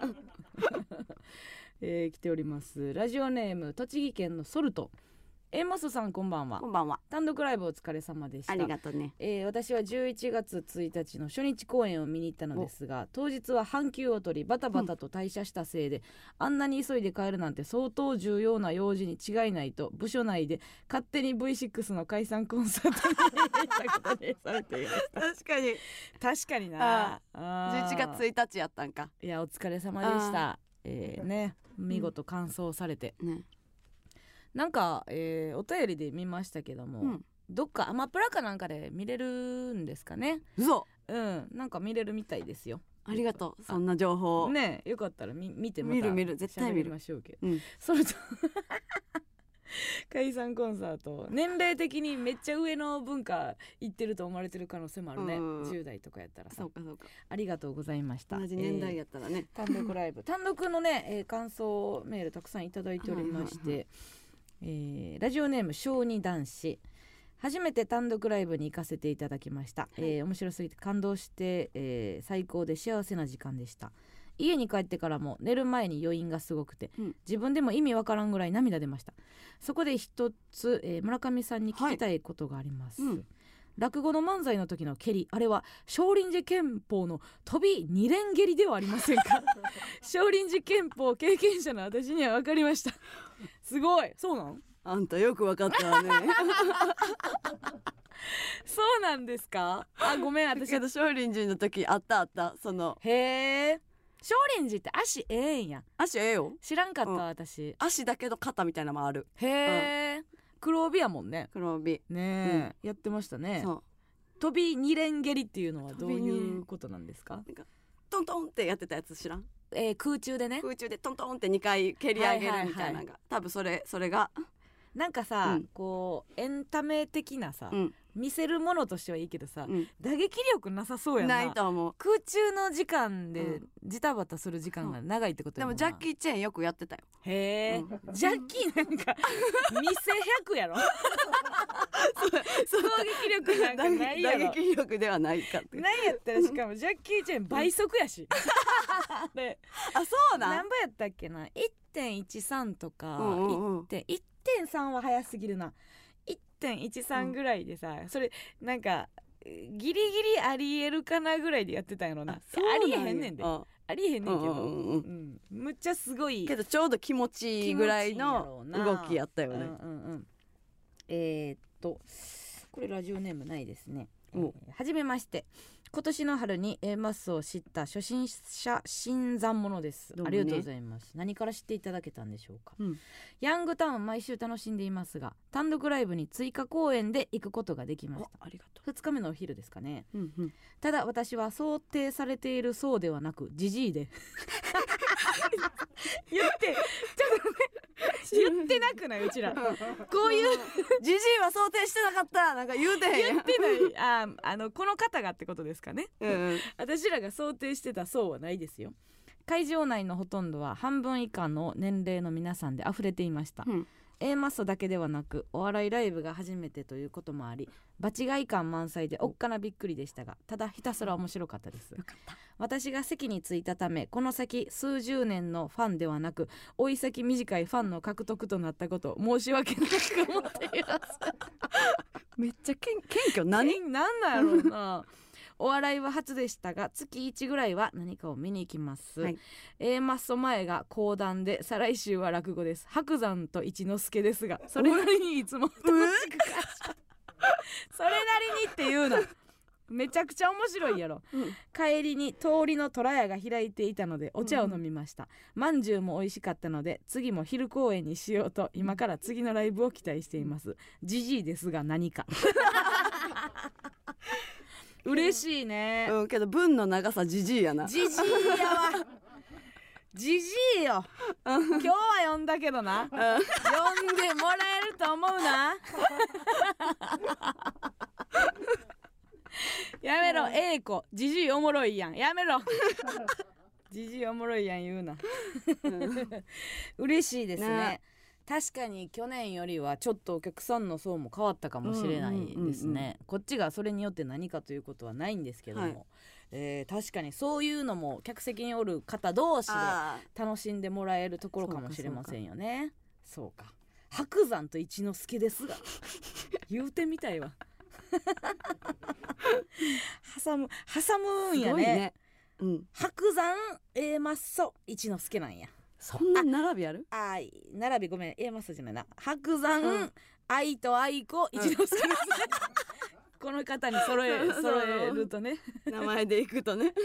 えー、来ております。ラジオネーム栃木県のソルト。エマスさんこんばんは。 こんばんは。 単独ライブお疲れ様でした。 ありがとうね、 えー、私はじゅういちがつついたちの初日公演を見に行ったのですが、当日は半休を取りバタバタと退社したせいで、うん、あんなに急いで帰るなんて相当重要な用事に違いないと部署内で勝手に ブイシックス の解散コンサートに行ったされていました確かに確かになあじゅういちがつついたちやったんか。 いやお疲れ様でした。えー、ね見事完走されて、うんね、なんか、えー、お便りで見ましたけども、うん、どっかアマプラかなんかで見れるんですかね。 嘘。 うんなんか見れるみたいですよ。 ありがとうそんな情報ね。よかったら 見, 見てまた見る見る絶対見るましょうけど、うん、それと解散コンサート年齢的にめっちゃ上の文化行ってると思われてる可能性もあるね。じゅう代とかやったらさ。 そうかそうか。 ありがとうございました。 同じ年代やったらね、 えー、単独ライブ単独のね、えー、感想メールたくさんいただいておりまして、えー、ラジオネーム小児男子。初めて単独ライブに行かせていただきました、はい。えー、面白すぎて感動して、えー、最高で幸せな時間でした。家に帰ってからも寝る前に余韻がすごくて、うん、自分でも意味わからんぐらい涙出ました。そこで一つ、えー、村上さんに聞きたいことがあります、はい。うん、落語の漫才の時の蹴り、あれは少林寺拳法の飛び二連蹴りではありませんか少林寺拳法経験者の私には分かりました。すごい。そうなん？ あんたよく分かったわねそうなんですか。あごめん私けど少林寺の時あったあったそのへー少林寺って足ええんや。 足ええよ。 知らんかった、うん、私足だけど肩みたいなのもある。 へえ、うん、黒帯やもんね。 黒帯ねえ、うん、やってましたね。そう飛び二連蹴りっていうのはどういうことなんですか。 なんかトントンってやってたやつ知らん。 えー、空中でね空中でトントンってにかい蹴り上げるみたいなのが、はいはいはい、多分それそれがなんかさ、うん、こうエンタメ的なさ、うん、 見せるものとしてはいいけどさ、 うん、 打撃力なさそうやな。 ないと思う。 空中の時間でジタバタする時間が長いってことやもんな。 でもジャッキー・チェーンよくやってたよ。 へえ、 うん、 ジャッキーなんか見せひゃくやろ攻撃力なんかないやろ。 打撃力ではないかって何やったら、しかもジャッキー・チェーン倍速やしで、 あ、そうなん。 何倍やったっけな、 いってんいちさん とか、 うんうんうん、 いってんさん は早すぎるな。 いってんいちさん ぐらいでさ、うん、それなんかギリギリありえるかなぐらいでやってたんやろな。 あ, ありえへんねんで、あありえへんねんけど、うんうんうんうん、むっちゃすごいけどちょうど気持ちいいぐらいの動きやったよね。うんうんうん、 えー、っとこれラジオネームないですね。えー、はじめまして。今年の春に A マスを知った初心者新参者です、ね、ありがとうございます。何から知っていただけたんでしょうか。うん、ヤングタウン毎週楽しんでいますが、単独ライブに追加公演で行くことができました。 ありがとう。 ふつかめのお昼ですかね。 うんうん、 ただ私は想定されているそうではなくジジイで言ってちょっとね言ってなくない、うちらこういうジジイは想定してなかったなんか言うてへん。 言ってない。ああのこの方がってことですかね。うん、うん、私らが想定してたそうはないですよ。会場内のほとんどは半分以下の年齢の皆さんで溢れていました。うん、A マッソだけではなくお笑いライブが初めてということもあり、場違い感満載でおっかなびっくりでしたが、ただひたすら面白かったです。よかった。私が席に着いたため、この先数十年のファンではなく追い先短いファンの獲得となったこと申し訳なく思っていますめっちゃ謙虚。何なんなんやろうなお笑いは初でしたが月いちぐらいは何かを見に行きます、はい、A マッソ前が講談で再来週は落語です。白山と一之輔ですが、それなりにいつも楽しく感じそれなりにっていうのめちゃくちゃ面白いやろ、うん、帰りに通りの虎屋が開いていたのでお茶を飲みました。まんじゅうも美味しかったので次も昼公演にしようと今から次のライブを期待しています。ジジイですが何か嬉しいね、 うん、けど文の長さジジイやな。 ジジイやわジジイよ今日は読んだけどな、うん、読んでもらえると思うなやめろ、えいこジジイおもろいやん、やめろジジイおもろいやん言うな嬉しいですね。確かに去年よりはちょっとお客さんの層も変わったかもしれないですね、うんうんうんうん、こっちがそれによって何かということはないんですけども、はい、えー、確かにそういうのも客席におる方同士で楽しんでもらえるところかもしれませんよね。そうか、白山と一之輔ですが言うてみたいわ挟む挟むんや ね, ね、うん、白山 A マッソ一之輔なんや。 そんな並びある？ ああ、並びごめん、 A マッソじゃないな、白山、うん、愛と愛子一之輔です、うん、この方に揃え揃えるとね名前でいくとね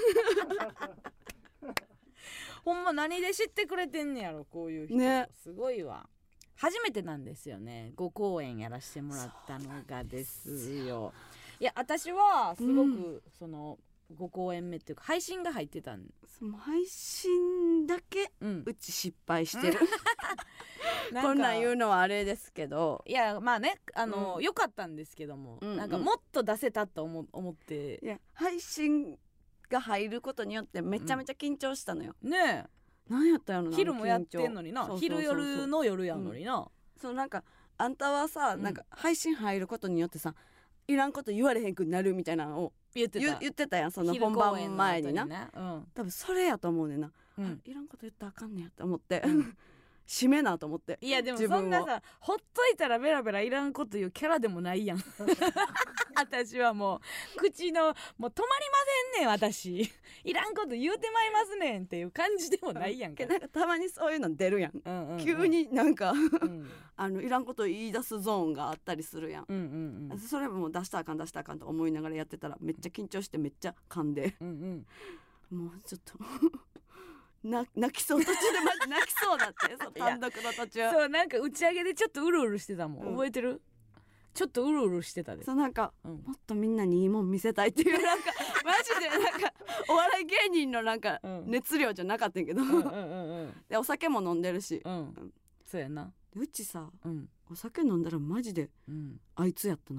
ほんま何で知ってくれてんねやろこういう人、ね、すごいわ。初めてなんですよね、ご公演やらせてもらったのがですよ。いや私はすごく、うん、そのご公演目っていうか配信が入ってたん。 その配信だけ、うん、うち失敗してるこんなん言うのはあれですけど、 いやまあねあの、うん、良かったんですけども、うんうん、なんかもっと出せたと 思, 思っていや配信が入ることによってめちゃめちゃ緊張したのよ、 うん、ねえ何やったんやろな。 昼もやってんのにな、そうそうそうそう、昼夜の夜やんのにな、うん、 そうなんかあんたはさ、うん、なんか配信入ることによってさいらんこと言われへんくなるみたいなのを言ってた言ってたやん、その本番前にな、ね、うん、多分それやと思うねんな、うん、いらんこと言ったらあかんねやと思って、うん、締めなと思って。 いやでもそんなさほっといたらベラベラいらんこと言うキャラでもないやん私はもう口のもう止まりませんねん私いらんこと言うてまいますねんっていう感じでもないやんか。 なんかたまにそういうの出るやん、うんうんうん、急になんか、うん、あのいらんこと言い出すゾーンがあったりするやん、うんうんうん、それも出したらあかん出したらあかんと思いながらやってたらめっちゃ緊張してめっちゃ噛んで、うんうん、もうちょっとな泣きそう途中でマジ泣きそうだってそう単独の途中そうなんか打ち上げでちょっとうるうるしてたもん、うん、覚えてる？ちょっとうるうるしてたで。 そうなんか、うん、もっとみんなにいいもん見せたいっていうなんかマジでなんかお笑い芸人のなんか熱量じゃなかったんやけど、うんうんうんうん、でお酒も飲んでるし、うんうん、 そうやな。 うちさ、うん、お酒飲んだらマジで、うん、あいつやったな。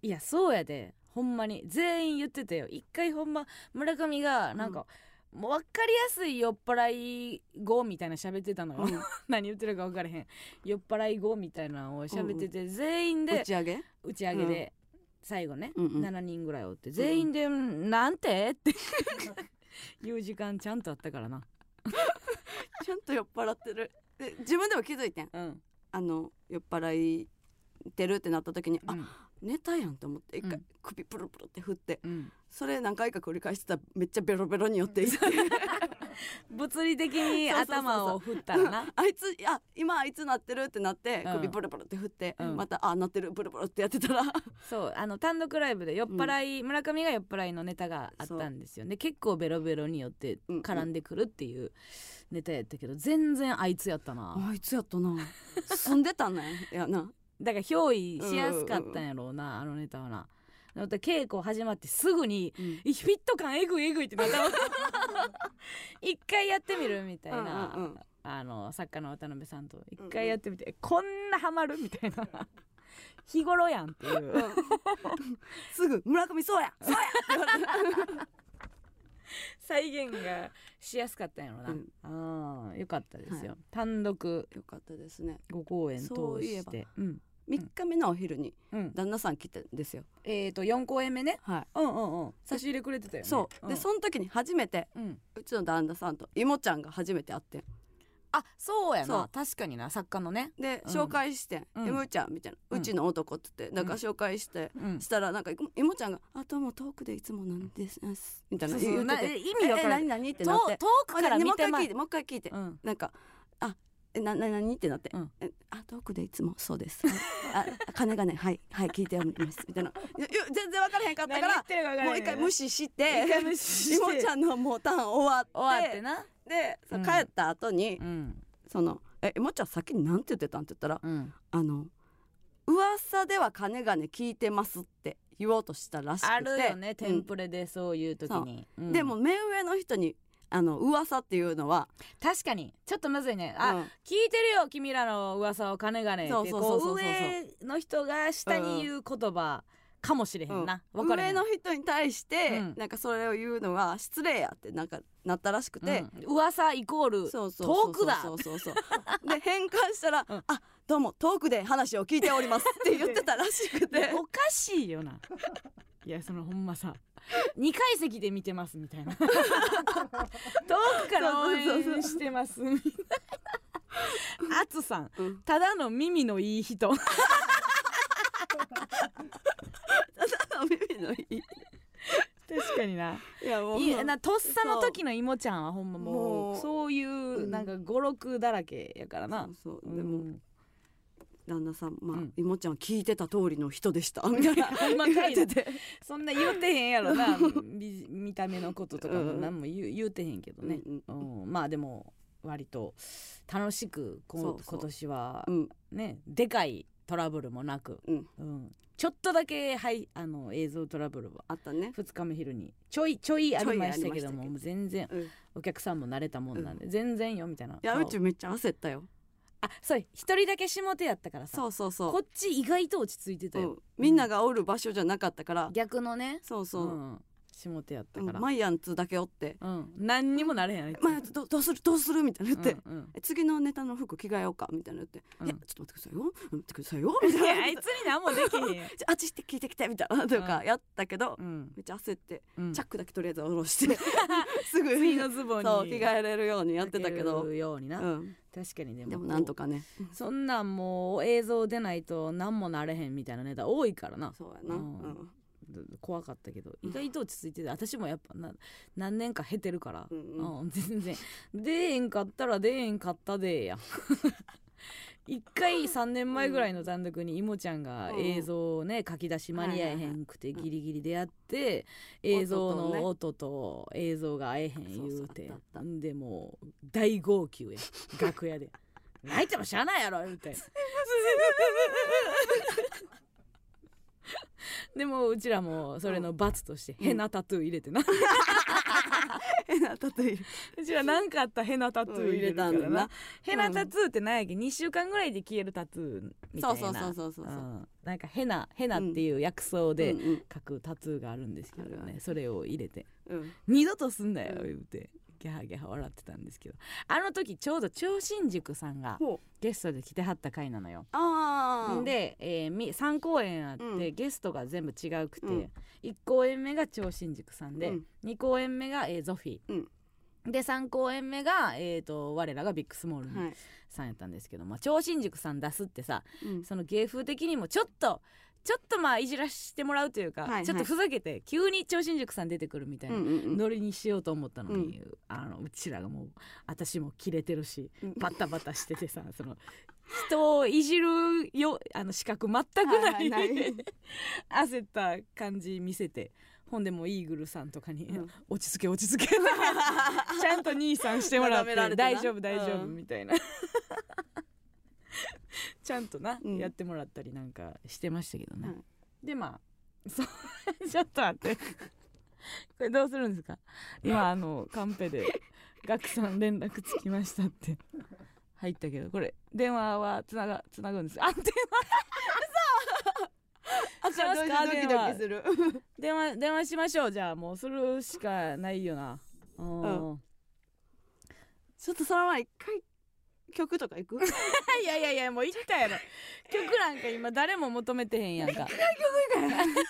いやそうやでほんまに全員言ってたよ。一回ほんま村上がなんか、うん、もう分かりやすい酔っ払い語みたいな喋ってたのよ、うん、何言ってるか分からへん酔っ払い語みたいなのを喋ってて、うんうん、全員で打ち上げ打ち上げで、うん、最後ね、うんうん、しちにんぐらいおって全員で、うん、なんてって言う時間ちゃんとあったからなちゃんと酔っ払ってるで自分でも気づいてん、うん、あの酔っ払いてるってなった時に、うん、あ寝たやんと思って一回首プルプルって振って、うん、それ何回か繰り返してたらめっちゃベロベロに酔っていって物理的に頭を振ったらなあいつあ今あいつなってるってなって、うん、首プルプルって振って、うん、またあなってるプルプルってやってたらそうあの単独ライブで酔っ払い、うん、村上が酔っ払いのネタがあったんですよ。で結構ベロベロによって絡んでくるっていうネタやったけど、全然あいつやったな。 あいつやったな住んでたねやなだから憑依しやすかったんやろうな、うんうん、あのネタはな。稽古始まってすぐに、うん、フィット感エグいエグいってなった一回やってみるみたいな、うんうんうん、あの作家の渡辺さんと一回やってみて、うんうん、こんなハマるみたいな日頃やんっていう、うん、 すぐ村上そうやそうや再現がしやすかったんやろな、うん、あよかったですよ、はい、単独よかったですねご公演通して。うんみっかめのお昼に旦那さん来てんですよ、 うん、えーとよん公演目ね、はい、うんうんうん差し入れくれてたよね。 そう、うん、でその時に初めて、うん、うちの旦那さんと妹ちゃんが初めて会ってん。 あそうやな確かにな作家のねで、うん、紹介して「妹、うん、ちゃん」みたいな「うちの男」って言ってなんか紹介して、うん、したらなんか妹ちゃんが「あとも遠くでいつもなんです」みたいな言ってて意味わからない何何ってなって遠くから見てまもう一回聞いてもう一回聞いて、うん、なんかあなな何ってなって、うん、あ遠くでいつもそうですあ金がねはいはい聞いておりますみたいな全然分からへんかったからもう一回無視して妹ちゃんのもうターン終わって終わってなで、うん、帰った後に、うん、そのえ妹ちゃん先に何て言ってたんって言ったら、うん、あの噂では金がね聞いてますって言おうとしたらしくて。 あるよねテンプレでそういう時に、 うん、でも目上の人にあの噂っていうのは確かにちょっとむずいね。あ、うん、聞いてるよ君らの噂を金がねってこう上の人が下に言う言葉かもしれへんな、 うん、上の人に対して、うん、なんかそれを言うのは失礼やってなんかなったらしくて、 うん、噂イコール遠くだそうそうそうそうで変換したら、うん、あどうも遠くで話を聞いておりますって言ってたらしくておかしいよないやそのほんまさにかい席で見てますみたいな遠くから応援してますみたいなあつさん、うん、ただの耳のいい人ただの耳のいい確かにないやもういなとっさの時の妹ちゃんはほんまもうそういうなんか語録だらけやからな。 そうそう、うん、でも旦那さん、まあうん、妹ちゃんは聞いてた通りの人でしたみたいな言っててそんな言うてへんやろな見, 見た目のこととかも何も 言 う, 言うてへんけどね、うんうんうん、まあでも割と楽しくこそうそう今年はね、うん、でかいトラブルもなく、うんうん、ちょっとだけ、はい、あの映像トラブルはあったね。 ふつかめ昼にちょいちょいありましたけどももう全然、うん、お客さんも慣れたもんなんで、うん、全然よみたいな。いやうちめっちゃ焦ったよ。 あそう一人だけ下手やったからさそうそうそうこっち意外と落ち着いてたよ、うん、 みんながおる場所じゃなかったから、うん、 逆のねそうそう、 うん下手やったから、 うん、マイアンツだけおって、 うん、何にもなれへんマイアンツ ど, どうするどうするみたいな言って、うんうん、次のネタの服着替えようかみたいな言って、うん、いやちょっと待ってくださいよ待ってくださいよみたいなあいつに何もできへんあっちして聞いてきてみたいなとかやったけど、うん、めっちゃ焦って、うん、チャックだけとりあえず下ろしてすぐ次のズボンにそう着替えれるようにやってたけどようにな、うん、確かにでもでもなんとかねそんなんもう映像出ないと何もなれへんみたいなネタ多いからな。 そうやな、うんうん怖かったけど意外と落ち着いてて私もやっぱな何年か経てるから、うんうんうん、全然出えんかったら出えんかったでや一回さんねんまえぐらいの単独に妹ちゃんが映像をね書き出し間に合えへんくてギリギリ出会って映像の音と映像が合えへん言うてんでもう大号泣や楽屋で泣いてもしゃあないやろ言うてでもうちらもそれの罰として変なタトゥー入れてな変なタトゥー入れうちは何かあったら変なタトゥー入れるからな、うん、な変なタトゥーって何やっけ、にしゅうかんぐらいで消えるタトゥーみたいな、 そうそうそうそうそう、うん、 なんか変な変なっていう薬草で書くタトゥーがあるんですけどね、うんうん、それを入れて、うん、二度とすんなよ言うてギャハギャハ笑ってたんですけど、あの時ちょうど超新塾さんがゲストで来てはった回なのよ。 あで、えー、さん公演あって、うん、ゲストが全部違うくて、うん、いっ公演目が超新塾さんで、うん、に公演目が、えー、ゾフィー、うん、でさん公演目が、えー、と我らがビッグスモールさんやったんですけど、はい、まあ、超新塾さん出すってさ、うん、その芸風的にもちょっとちょっとまあいじらしてもらうというか、はいはい、ちょっとふざけて急に超新塾さん出てくるみたいなノリにしようと思ったのに、うんうん、あのうちらがもう私もキレてるしバタバタしててさ、その人をいじるよあの資格全くない、はいはい、ない焦った感じ見せて、ほんでもうイーグルさんとかに、うん、落ち着け落ち着けちゃんと兄さんしてもらって大丈夫大丈夫、うん、みたいなちゃんとな、うん、やってもらったりなんかしてましたけどね、うん、でまあそうちょっと待ってこれどうするんですか今あのカンペでガクさん連絡つきましたって入ったけど、これ電話はつながつなぐんです。あ、電話嘘あ、しますか？ドキドキする電話電話しましょう。じゃあもうするしかないよな、うん、 ちょっとその前一回曲とか行くいやいやいやもう行ったやろ曲なんか今誰も求めてへんやんか曲行かへんちょ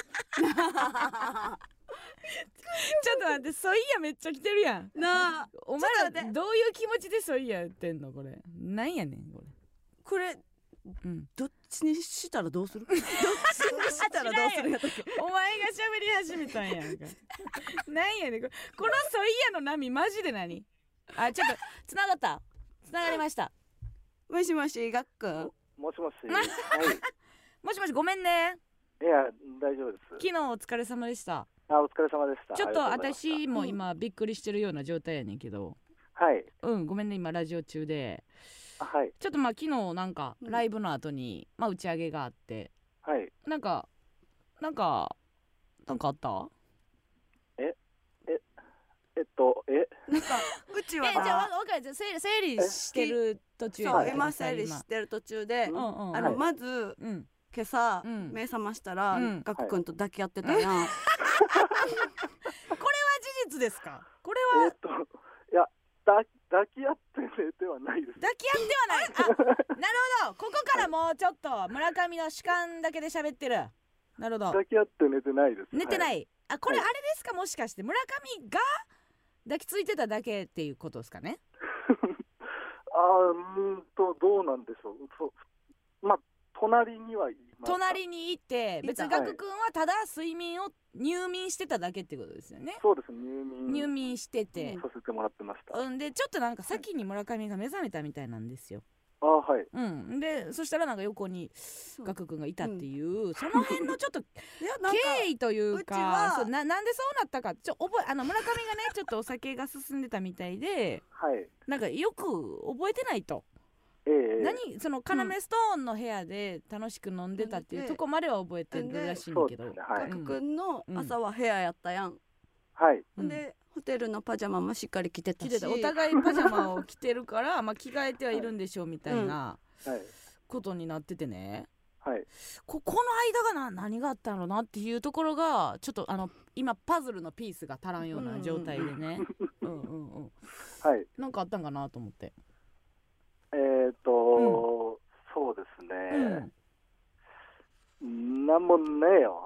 っと待って、ソイヤめっちゃ来てるやんなあ。 お前らどういう気持ちでソイヤ言ってんの？これなんやねんこれこれ、うん、どっちにしたらどうするどっちにしたらどうするやったっけお前が喋り始めたんやんかなんやねんこれ、このソイヤの波マジで何？あ、ちょっとつながったつながりました。 もしもし、ガックン。 もしもし、はい、 もしもし、ごめんね。 いや大丈夫です。 昨日お疲れ様でした。 あ、お疲れ様でした。 ちょっと私も今びっくりしてるような状態やねんけど、 はい、 うん、ごめんね、今ラジオ中で、 はい、 ちょっとまあ昨日なんかライブの後に、まあ打ち上げがあって、 はい、 なんかなんかなんかあった？ えええっとえなんかうちはえじゃあ分かる、整理整理してる途中や。 そう、今整理してる途中で、うんうん、あの、はい、まず、うん、今朝、うん、目覚ましたら、うん、ガク君と抱き合ってたやん、はい、 これは事実ですか？これはえー、っといや抱き合って寝てはないです。 抱き合ってはないあ、なるほど、ここからもうちょっと村上の主観だけで喋ってる。なるほど、 抱き合って寝てないです。 寝てない、はい、あ、これあれですか、もしかして村上が抱きついてただけっていうことですかねあー、うんとどうなんでしょう。そまあ隣にはいました。 隣にいて、別にガク君はただ睡眠を入眠してただけってことですよね。 そうです、入眠入眠しててさせてもらってました。 うんでちょっとなんか先に村上が目覚めたみたいなんですよ。 あ、はい、 うん、でそしたらなんか横にガク君がいたっていう、うん、その辺のちょっと経緯というかそう な, なんでそうなったかちょ覚えあの村上がねちょっとお酒が進んでたみたいで、 はい、 なんかよく覚えてないと、えー、何そのカナメストーンの部屋で楽しく飲んでたっていうとこまでは覚えてるらしいんだけど、 ガク君の朝は部屋やったやん、 はい、 でホテルのパジャマもしっかり着てたし、 着てた、お互いパジャマを着てるからまあ着替えてはいるんでしょうみたいなことになっててね、 はい、 こ, この間がな何があったのなっていうところがちょっとあの今パズルのピースが足らんような状態でね、うんうんうん、はい、なんかあったんかなと思って。 えーと、うん、そうですね、うん、なんもねえよ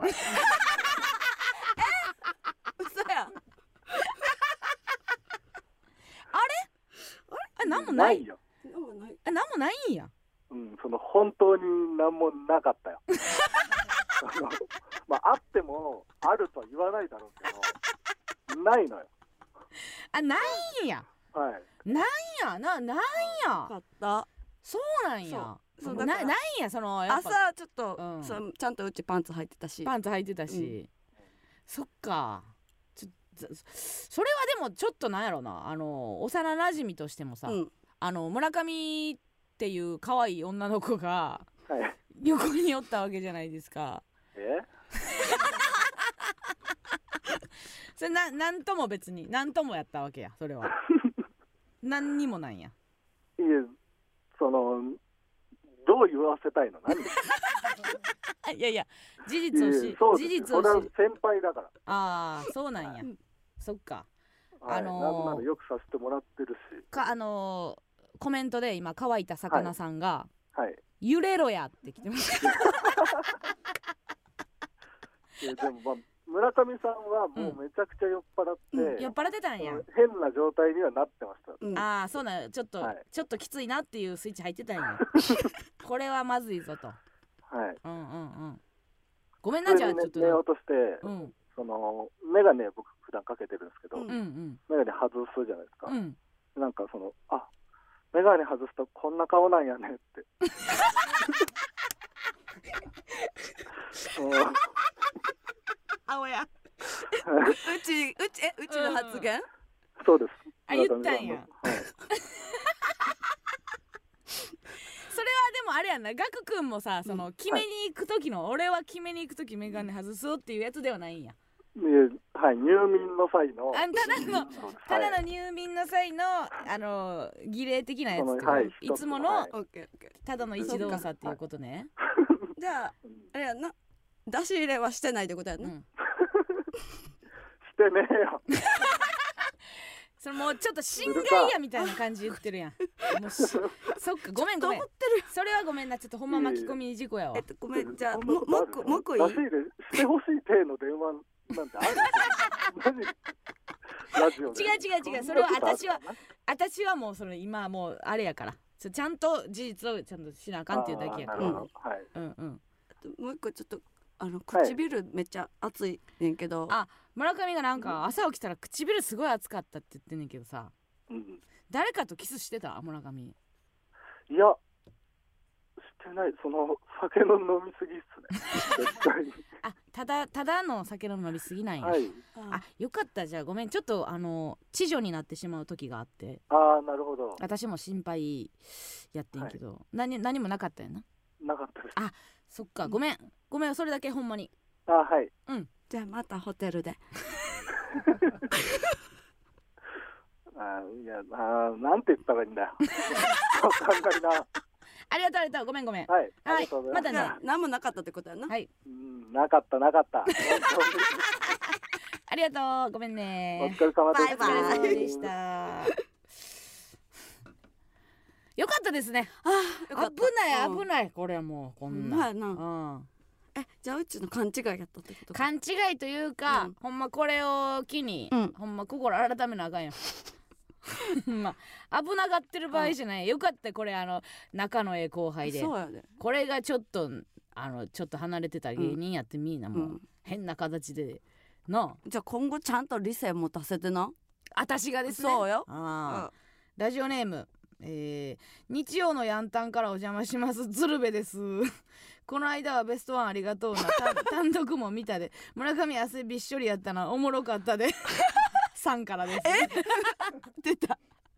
嘘やあれあれあ、なんもない、 ないよ、 なんもない、あ、なんもないんや。 うん、その本当になんもなかったよまああってもあるとは言わないだろうけどないのよ。 あ、ないんや。 はい、 なんやな、なんやかった。 そうなんや。そうそう、な, なんやそのやっぱ朝ちょっと、うん、そちゃんとうちパンツ履いてたしパンツ履いてたし、うん、そっか、ちょそれはでもちょっとなんやろな、あの幼なじみとしてもさ、うん、あの村上っていう可愛い女の子が横におったわけじゃないですか。 えそれななんとも別になんともやったわけやそれは何にもなんや。 いえそのどう言わせたいの何いやいや事実をしそう事実をしそれは先輩だから。 ああそうなんや、はい、そっか、 はい、あのー、なんならよくさせてもらってるしかあのー、コメントで今乾いた魚さんが、 はいはい、 揺れろやって来てましたいやでも、まあ、村上さんはもうめちゃくちゃ酔っ払って、うんうん、酔っ払ってたんや。 変な状態にはなってました、 うん、ああそうなんちょっと、はい、ちょっときついなっていうスイッチ入ってたんやこれはまずいぞと。はいうんうんうんごめんなじゃあちょっと寝ようとして、うん、そのメガネ僕普段かけてるんですけど、うんうん、メガネ外すじゃないですか、うん、なんかそのあメガネ外すとこんな顔なんやねって青やうちうちえうちの発言、うん、 そうです。 あ言ったんや、はい、それはでもあれやんなガク君もさその、うん、決めに行く時の、はい、俺は決めに行く時メガネ外すっていうやつではないんや。 はい、入眠の際のあただのただの入眠の際のあの儀礼的なやつって、はい、いつもの、はい、ただの一動作っていうことね。 じゃああれやな出し入れはしてないってことやな、うん、 してねえよそれもうちょっと侵害やみたいな感じ言ってるやんもうそっかごめんごめんそれはごめんなちょっとほんま巻き込み事故やわ。 えっとごめんじゃあももくもくいい出し入れしてほしい体の電話なんてある何ラジオで違う違う違うそれは私は私はもうそれ今もうあれやからちゃんと事実をちゃんとしなあかんっていうだけやから。うんはいうんうんもう一個ちょっとあの唇めっちゃ熱いねんけど、 はい、あ村上がなんか朝起きたら唇すごい熱かったって言ってんねんけどさ、うん、誰かとキスしてた村上。 いやしてないその酒の飲みすぎっすね絶対にあただただの酒の飲みすぎないや、はい、あよかったじゃあごめんちょっとあの知女になってしまう時があってああなるほど私も心配やってんけど、はい、何, 何もなかったよな。 なかったです。 あそっかごめんごめんそれだけほんまに。 あはいうんじゃあまたホテルであいやあなんて言ったらいいんだよわかんないなありがとうありがとうごめんごめんはい、 はい、またね何もなかったってことやな。 はいうんなかったなかったありがとうごめんねお疲れ様でした。バイバイでしたよかったですね。あ危ない危ない、うん、これはもうこんな、 まあな、うん、えじゃあうちの勘違いやったってことか。 勘違いというか、うん、ほんまこれを機に、うん、ほんま心改めなあかんよまあ危ながってる場合じゃない、うん、よかったこれあの仲のええ後輩でそうやでこれがちょっとあのちょっと離れてた芸人やってみーな、もう、うん、変な形でな。 じゃあ今後ちゃんと理性持たせてな。 私がですね。 そうよあ、うん、ラジオネームえー、日曜のヤンタンからお邪魔します鶴瓶ですこの間はベストワンありがとうな単独も見たで村上汗びっしょりやったなおもろかったでさんからですえ出た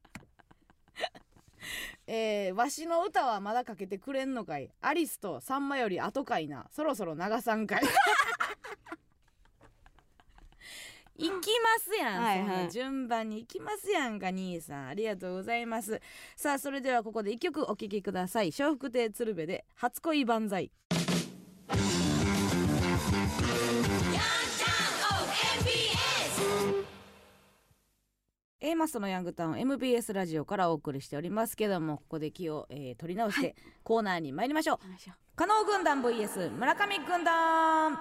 えー、わしの歌はまだかけてくれんのかいアリスとさんまより後かいなそろそろ長さんかい行きますやん、はいはい、そんな順番に行きますやんか兄さんありがとうございます。さあそれではここで一曲お聴きください。笑福亭鶴瓶で初恋万歳。A マストのヤングタウン エムビーエス ラジオからお送りしておりますけども、ここで気を、えー、取り直して、はい、コーナーに参りましょう。加納軍団 ブイエス 村上軍団。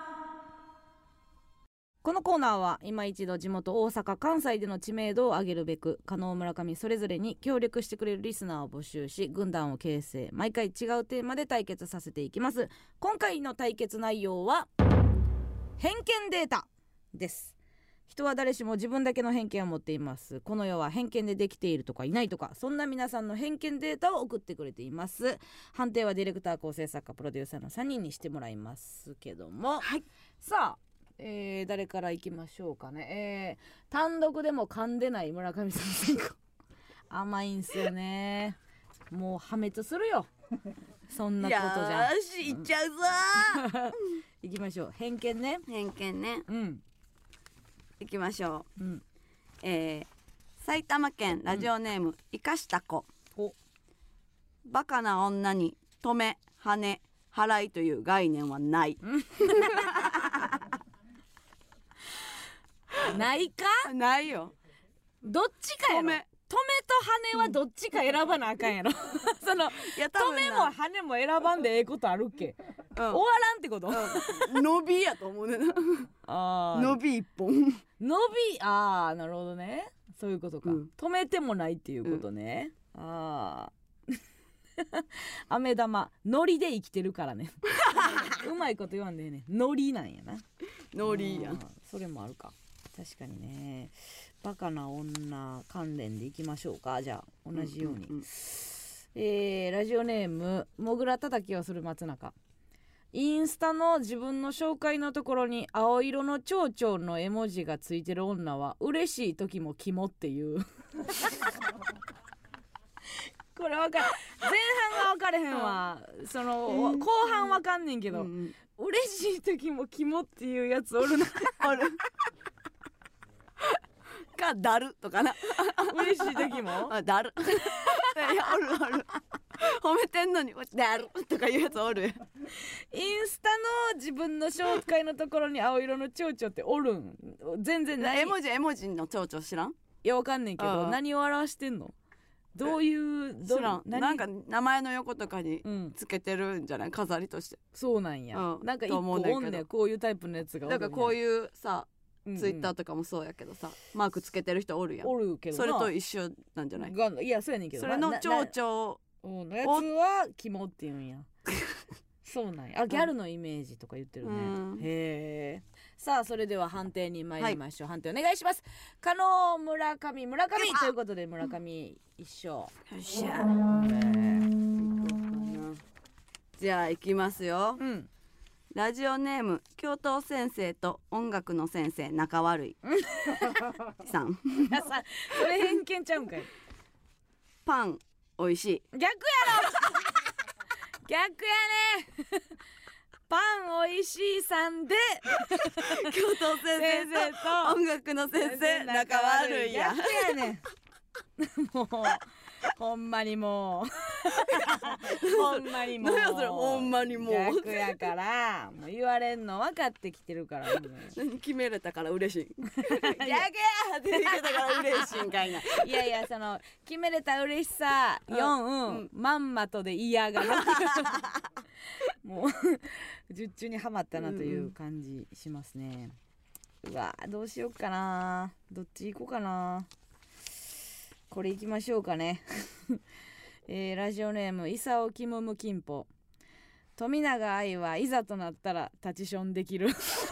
このコーナーは今一度地元大阪関西での知名度を上げるべく加納村上それぞれに協力してくれるリスナーを募集し軍団を形成、毎回違うテーマで対決させていきます。今回の対決内容は偏見データです。人は誰しも自分だけの偏見を持っています。この世は偏見でできているとかいないとか、そんな皆さんの偏見データを送ってくれています。判定はディレクター、構成作家、プロデューサーのさんにんにしてもらいますけども、はい、さあえー、誰からいきましょうかね。えー、単独でも噛んでない村上さん先行甘いんすよね。もう破滅するよそんなことじゃん。 よしいっちゃうぞいきましょう。偏見ね。 偏見ね。 うん行きましょう、うん、 えー、埼玉県ラジオネーム、うん、生かした子。バカな女に止め、跳ね、払いという概念はないないか？ ないよ。 どっちかやろ。止め、止めと羽はどっちか選ばなあかんやろそのいや止めも羽も選ばんでええことあるっけ、うん、終わらんってこと、 うん、伸びやと思うねなあ伸び一本伸び、あーなるほどね、そういうことか、うん、止めてもないっていうことね、うん、ああ飴玉ノリで生きてるからねうまいこと言わんでええね、ノリなんやな、 ノリやん、 それもあるか、確かにね。バカな女関連でいきましょうか。じゃあ同じように、うんうんうん、えー、ラジオネームもぐらたたきをする松中。インスタの自分の紹介のところに青色の蝶々の絵文字がついてる女は嬉しい時もキモっていうこれ分かる、前半が分かれへんわ、その、うん、後半分かんねんけど、うん、嬉しい時もキモっていうやつおるなおるかだるとかな嬉しい時もあだるいやおるおる褒めてんのにだるとかいうやつおる。 インスタの自分の紹介のところに青色の蝶々っておるん？全然ない。 絵文字絵文字の蝶々知らん？いやわかんねんけど、何を表してんの？どういう知らん、なんか名前の横とかにつけてるんじゃない、うん、飾りとして。 そうなんや、うん、なんか一個おんねん、こういうタイプのやつがおるんや。 だからこういうさツイッターとかもそうやけどさ、うん、マークつけてる人おるやん。 おるけどそれと一緒なんじゃない？ いやそうやねんけど、 それの蝶々 のやつはキモって言うんやそうなんや。あ、ギャルのイメージとか言ってるね、うん、へえ。さあそれでは判定に参りましょう、はい、判定お願いします。加納村上村上ということで村上一勝。よっしゃ、じゃあいきますよ、うん、ラジオネーム教頭先生と音楽の先生仲悪いさんそれ偏見ちゃうんかい。 パンおいしい。 逆やろ逆やねパンおいしいさんで教頭先生と音楽の先生仲悪いや。 逆やねもうほんまにもうほんまにもう何やそれ、ほんまにもう逆やからもう言われんの分かってきてるから何決めれたから嬉しい逆やって言ってたから嬉しいんかいな。 いやいや、その決めれた嬉しさよん、うん、まんまとで嫌がるもう術中にはまったなという感じしますね、うん、うわどうしようかな、どっち行こうかな。これ行きましょうかね、えー、ラジオネームイサオキムムキンポ。富永愛はいざとなったら立ちションできる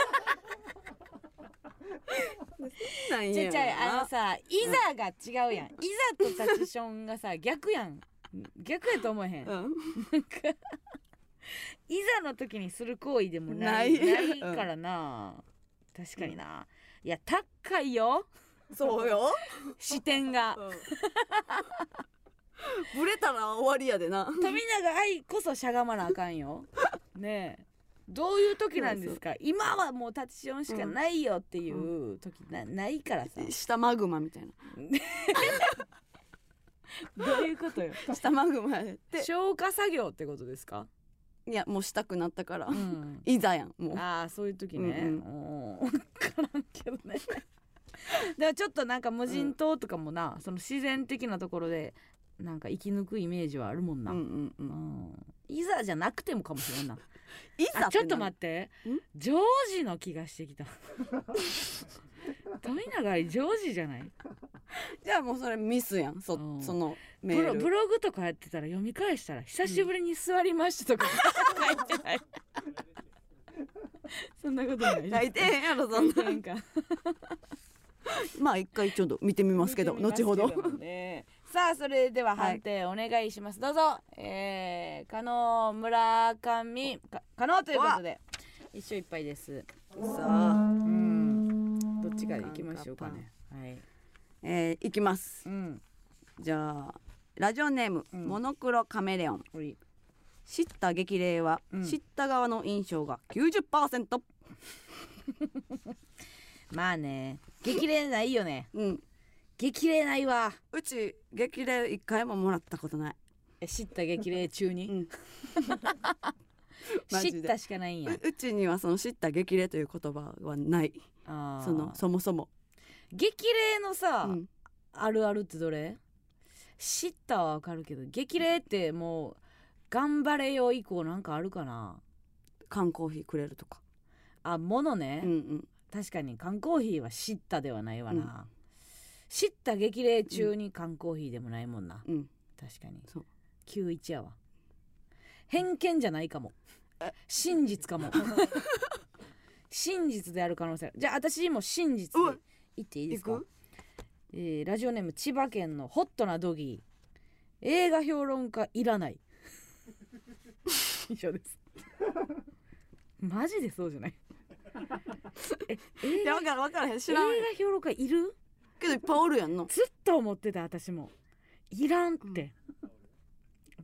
なんちっちゃいあのさ、いざが違うやん、いざと立ちションがさ逆やん、逆やと思えへん、うん、いざの時にする行為でもない、ないからな、うん、確かにな、いや高いよそうよ視点が、うん、 ブレたら終わりやでな。 富永愛こそしゃがまなあかんよねえ、どういう時なんですか。今はもうタッチションしかないよっていう時 な,、うん、ないからさ、 下マグマみたいなどういうことよ下マグマやって消火作業ってことですか。 いやもうしたくなったから、うん、いざやんもう。 ああそういう時ね、うんうん、分からんけどねでもちょっとなんか無人島とかもな、うん、その自然的なところでなんか生き抜くイメージはあるもんな、うんうんうんうん、いざじゃなくてもかもしれんな。いざちょっと待って、ジョージの気がしてきた富永愛ジョージじゃない。 じゃあもうそれミスやん そ,、うん、そのメール ブ, ロブログとかやってたら読み返したら久しぶりに座りましたとか書いてないそんなことない書いてへんやろそんなまあ一回ちょっと見てみますけど後ほどね。さあそれでは判定お願いします、はい、どうぞ、えー、加納村上加納ということで一勝一敗です。さあ、うん、どっちから行きましょうかね。はい、 えー、いきます、うん、じゃあラジオネーム、うん、モノクロカメレオン。知った激励は、うん、知った側の印象が きゅうじゅっパーセントまあね激励ないよね。 うん激励ないわ。 うち激励一回ももらったことない。 え知った激励中に、うん、知ったしかないんや。 う, うちにはその知った激励という言葉はない。あそのそもそも激励のさ、うん、あるあるってどれ？知ったはわかるけど激励ってもう頑張れよ以降なんかあるかな。 缶コーヒーくれるとか。 あものね、 うんうん、 確かに缶コーヒーは知ったではないわな、うん、知った激励中に缶コーヒーでもないもんな、うん、確かにそうきゅういちやわ。偏見じゃないかも、真実かも真実である可能性ある。じゃあ私も真実で言っていいですか？えー、ラジオネーム千葉県のホットなドギー、映画評論家いらない以上ですマジでそうじゃないえいや分からん分からへん知らん。 映画評論家いるけどいっぱいおるやんの。 ずっと思ってた私もいらんって、うん、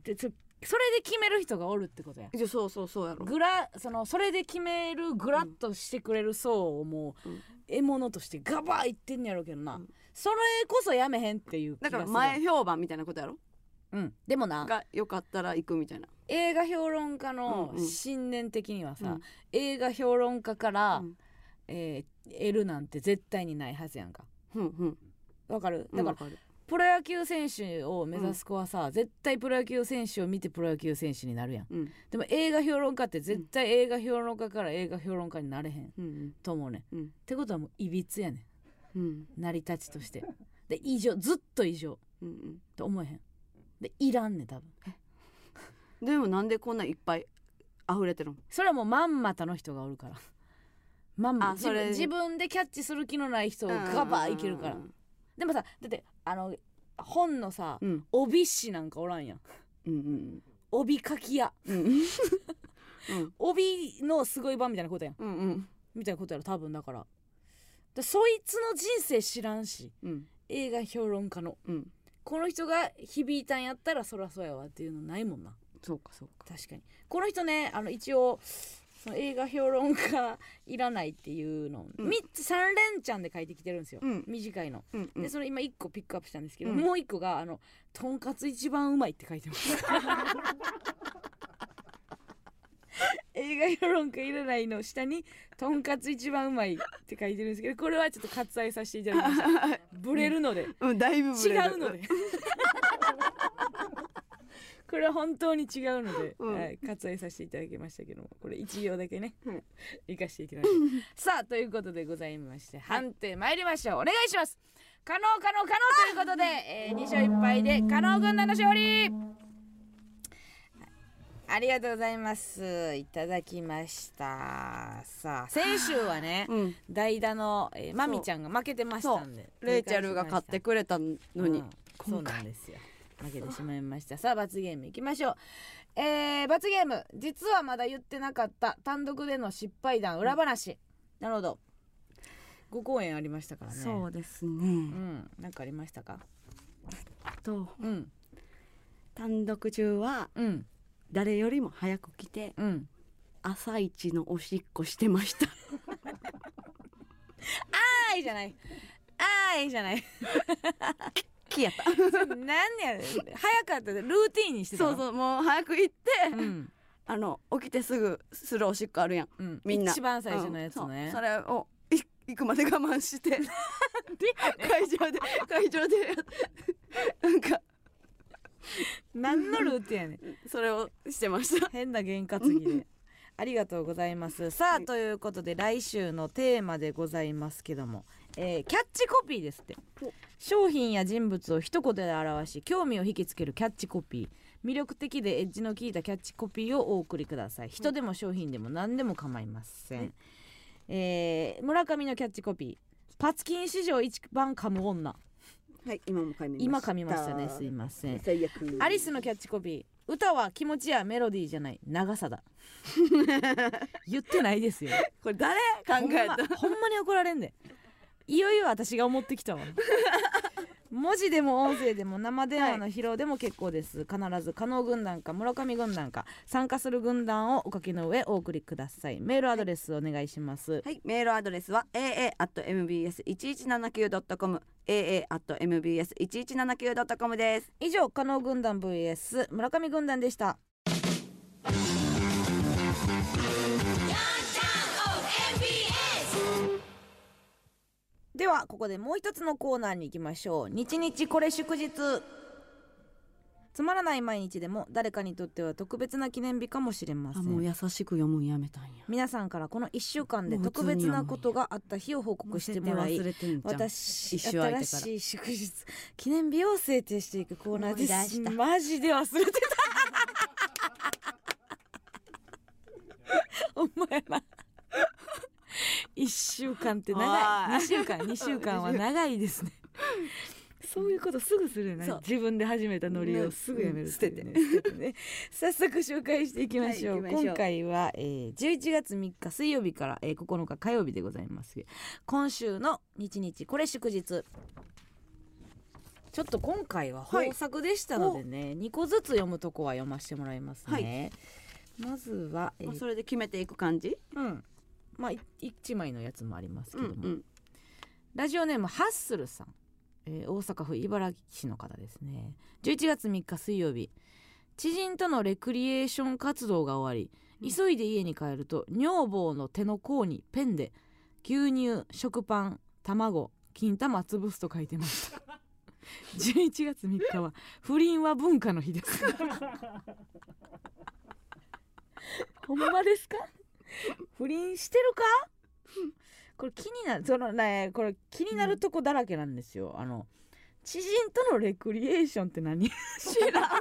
でそそれで決める人がおるってことや。 いやそうそうそうやろ。 グラそのそれで決めるグラッとしてくれる層をもう、うん、獲物としてガバーいってんやろうけどな、うん、それこそやめへんっていう気がする。 だから前評判みたいなことやろ。 うんでもながよかったら行くみたいな。 映画評論家の信念的にはさ、うんうん、映画評論家から、うんえー、得るなんて絶対にないはずやんか。うんうんわかる。だから、うん、プロ野球選手を目指す子はさ、うん、絶対プロ野球選手を見てプロ野球選手になるやん、うん、でも映画評論家って絶対映画評論家から映画評論家になれへん、うん、と思うね、うん、ってことはもういびつやねん、うん、成り立ちとしてで異常ずっと異常、うんうん、と思えへんでいらんねん多分。 でもなんでこんないっぱい溢れてるの？ それはもうまんまたの人がおるからまんま自分、自分でキャッチする気のない人をガバーいけるから。でもさだってあの本のさ、うん、帯紙なんかおらんやん、うんうん、帯書き屋、うんうん、帯のすごい版みたいなことやん、うんうん、みたいなことやろ多分。だからだそいつの人生知らんし、うん、映画評論家の、うん、この人が響いたんやったらそらそうやわっていうのないもんな。 そうかそうか。 確かにこの人ねあの一応その映画評論家いらないっていうのをみっつさん連チャンで書いてきてるんですよ、うん、短いの、うんうん、でそれ今いっこピックアップしたんですけど、うん、もういっこがあのとんかつ一番うまいって書いてます映画評論家いらないの下にとんかつ一番うまいって書いてるんですけどこれはちょっと割愛させていただきましたブレるので、 うん、だいぶブレる違うのでこれは本当に違うので、うんはい、割愛させていただきましたけどもこれ一行だけね、うん、生かしていきましょうさあということでございまして、はい、判定参りましょう。お願いします。可能可能可能ということで、えー、に勝いっ敗で可能軍団の勝利。ありがとうございます。いただきました。さあ先週はね、うん、代打の、えー、マミちゃんが負けてましたんでレイチャルが勝ってくれたのに、うん、 そうなんですよ負けてしまいました。さあ罰ゲームいきましょう。えー、罰ゲーム実はまだ言ってなかった単独での失敗談裏話、うん、なるほどご公演ありましたからね。 そうですね、 うん、なんかありましたか？ と、うん、単独中は、うん、誰よりも早く来て、うん、朝一のおしっこしてましたあーいじゃないあーいじゃないやった何や早かったでルーティーンにしてたの。 そうそうもう早く行って、うん、あの起きてすぐするおしっこあるやん、うん、みんな一番最初のやつね、 うん、そ, それを行くまで我慢して会場で会場でなんか何のルーティンやねんそれをしてました。 変な験担ぎでありがとうございます。さあということで来週のテーマでございますけども、えー、キャッチコピーですって。商品や人物を一言で表し興味を引きつけるキャッチコピー、魅力的でエッジの効いたキャッチコピーをお送りください。人でも商品でも何でも構いません、うんえー、村上のキャッチコピーパツキン史上一番噛む女。 はい今も噛みました。 今噛みましたねすいません。最悪。アリスのキャッチコピー歌は気持ちやメロディーじゃない長さだ言ってないですよこれ誰考えたほんま、ほんまに怒られんでいよいよ私が思ってきたわ文字でも音声でも生電話の披露でも結構です、はい、必ず加納軍団か村上軍団か参加する軍団をお書きの上お送りください。メールアドレスお願いします。 はい、はい、メールアドレスは エーエー アット エムビーエス いちいちななきゅう ドット コム エーエー アット エムビーエス いちいちななきゅう ドット コム です。 以上加納軍団 ブイエス 村上軍団でした。ではここでもう一つのコーナーに行きましょう。日日これ祝日。つまらない毎日でも誰かにとっては特別な記念日かもしれません。 あ、もう優しく読むんやめたんや。 皆さんからこのいっしゅうかんで特別なことがあった日を報告してもらい、私新しい祝日記念日を制定していくコーナーです。マジで忘れてたお前らいっしゅうかんって長い。にしゅうかんにしゅうかんは長いですねそういうことすぐするよね。自分で始めたノリをすぐやめる、ね、捨ててね捨ててね早速紹介していきましょう、はい、今回は、えー、じゅういちがつみっか水曜日から、えー、ここのか火曜日でございます。今週の日日これ祝日、ちょっと今回は豊作でしたのでね、はい、にこずつ読むとこは読ませてもらいますね、はい、まずは、 えー、それで決めていく感じ。 うん、まあいちまいのやつもありますけども、うんうん、ラジオネームハッスルさん、えー、大阪府茨木市の方ですね。じゅういちがつみっか水曜日、知人とのレクリエーション活動が終わり、うん、急いで家に帰ると女房の手の甲にペンで牛乳、食パン、卵、金玉潰すと書いてましたじゅういちがつみっかは不倫は文化の日ですほんまですか？不倫してるか？これ気になる、そのね、これ気になるとこだらけなんですよ。あの知人とのレクリエーションって何？知らん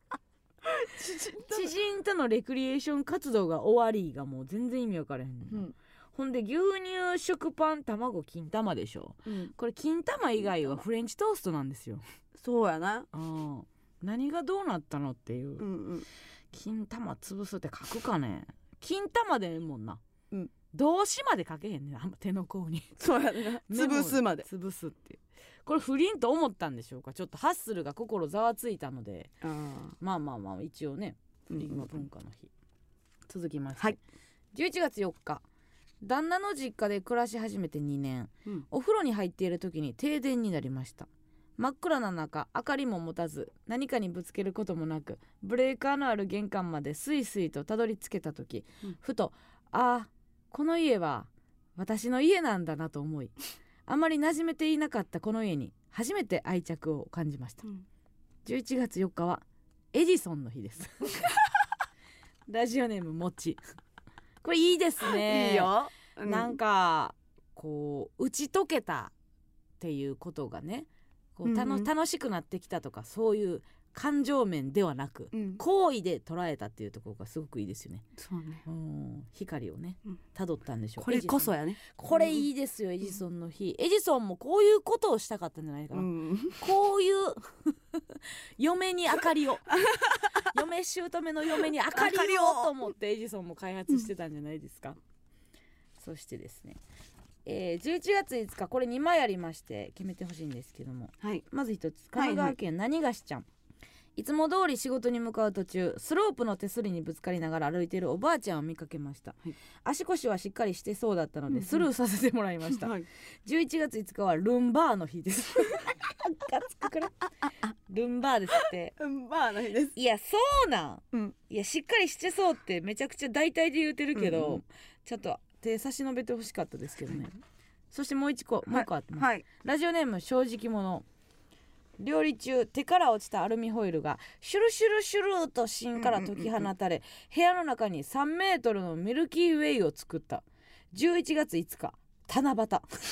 知人とのレクリエーション活動が終わりがもう全然意味分からへん、うん、ほんで牛乳、食パン、卵、金玉でしょ、うん、これ金玉以外はフレンチトーストなんですよ。 そうやな。 あ、何がどうなったのっていう、うんうん、金玉潰すって書くかね。金玉でええもんな、うん、動詞まで書けへんねん、手の甲に。 そうやな、潰すまで潰すって。これ不倫と思ったんでしょうか。ちょっとハッスルが心ざわついたので、あ、まあまあまあ一応ね、不倫は文化の日、うん、続きまして、はい、じゅういちがつよっか、旦那の実家で暮らし始めてにねん、うん、お風呂に入っている時に停電になりました。真っ暗な中、明かりも持たず何かにぶつけることもなくブレーカーのある玄関までスイスイとたどり着けた時、うん、ふと、ああこの家は私の家なんだなと思い、あまり馴染めていなかったこの家に初めて愛着を感じました、うん、じゅういちがつよっかはエジソンの日ですラジオネームもちこれいいですね。 いいよ、 うん、なんかこう打ち解けたっていうことがね、こう、うんうん、楽しくなってきたとかそういう感情面ではなく、うん、行為で捉えたっていうところがすごくいいですよね。 そうね、 うん、光をね辿ったんでしょう。 これこそやね。 これいいですよ、エジソンの日。エジソンもこういうことをしたかったんじゃないかな、うん、こういう嫁に明かりを嫁姑の嫁に明かりをと思ってエジソンも開発してたんじゃないですか、うん、そしてですね、えー、じゅういちがついつか、これにまいありまして決めてほしいんですけども、はい、まず一つ、神奈川県何がしちゃん、はいはい、いつも通り仕事に向かう途中、スロープの手すりにぶつかりながら歩いているおばあちゃんを見かけました、はい、足腰はしっかりしてそうだったのでスルーさせてもらいました、うんうん、じゅういちがついつかはルンバーの日ですガツくくらルンバーですって。 ルンバーの日です。 いやそうなん、うん、いやしっかりしてそうってめちゃくちゃ大体で言うてるけど、うんうん、ちょっと手差し伸べてほしかったですけどね、はい、そしてもう一個、もう一個あってます、はい、ラジオネーム正直者。料理中、手から落ちたアルミホイルがシュルシュルシュルと芯から解き放たれ、部屋の中にさんメートルのミルキーウェイを作ったじゅういちがついつか七夕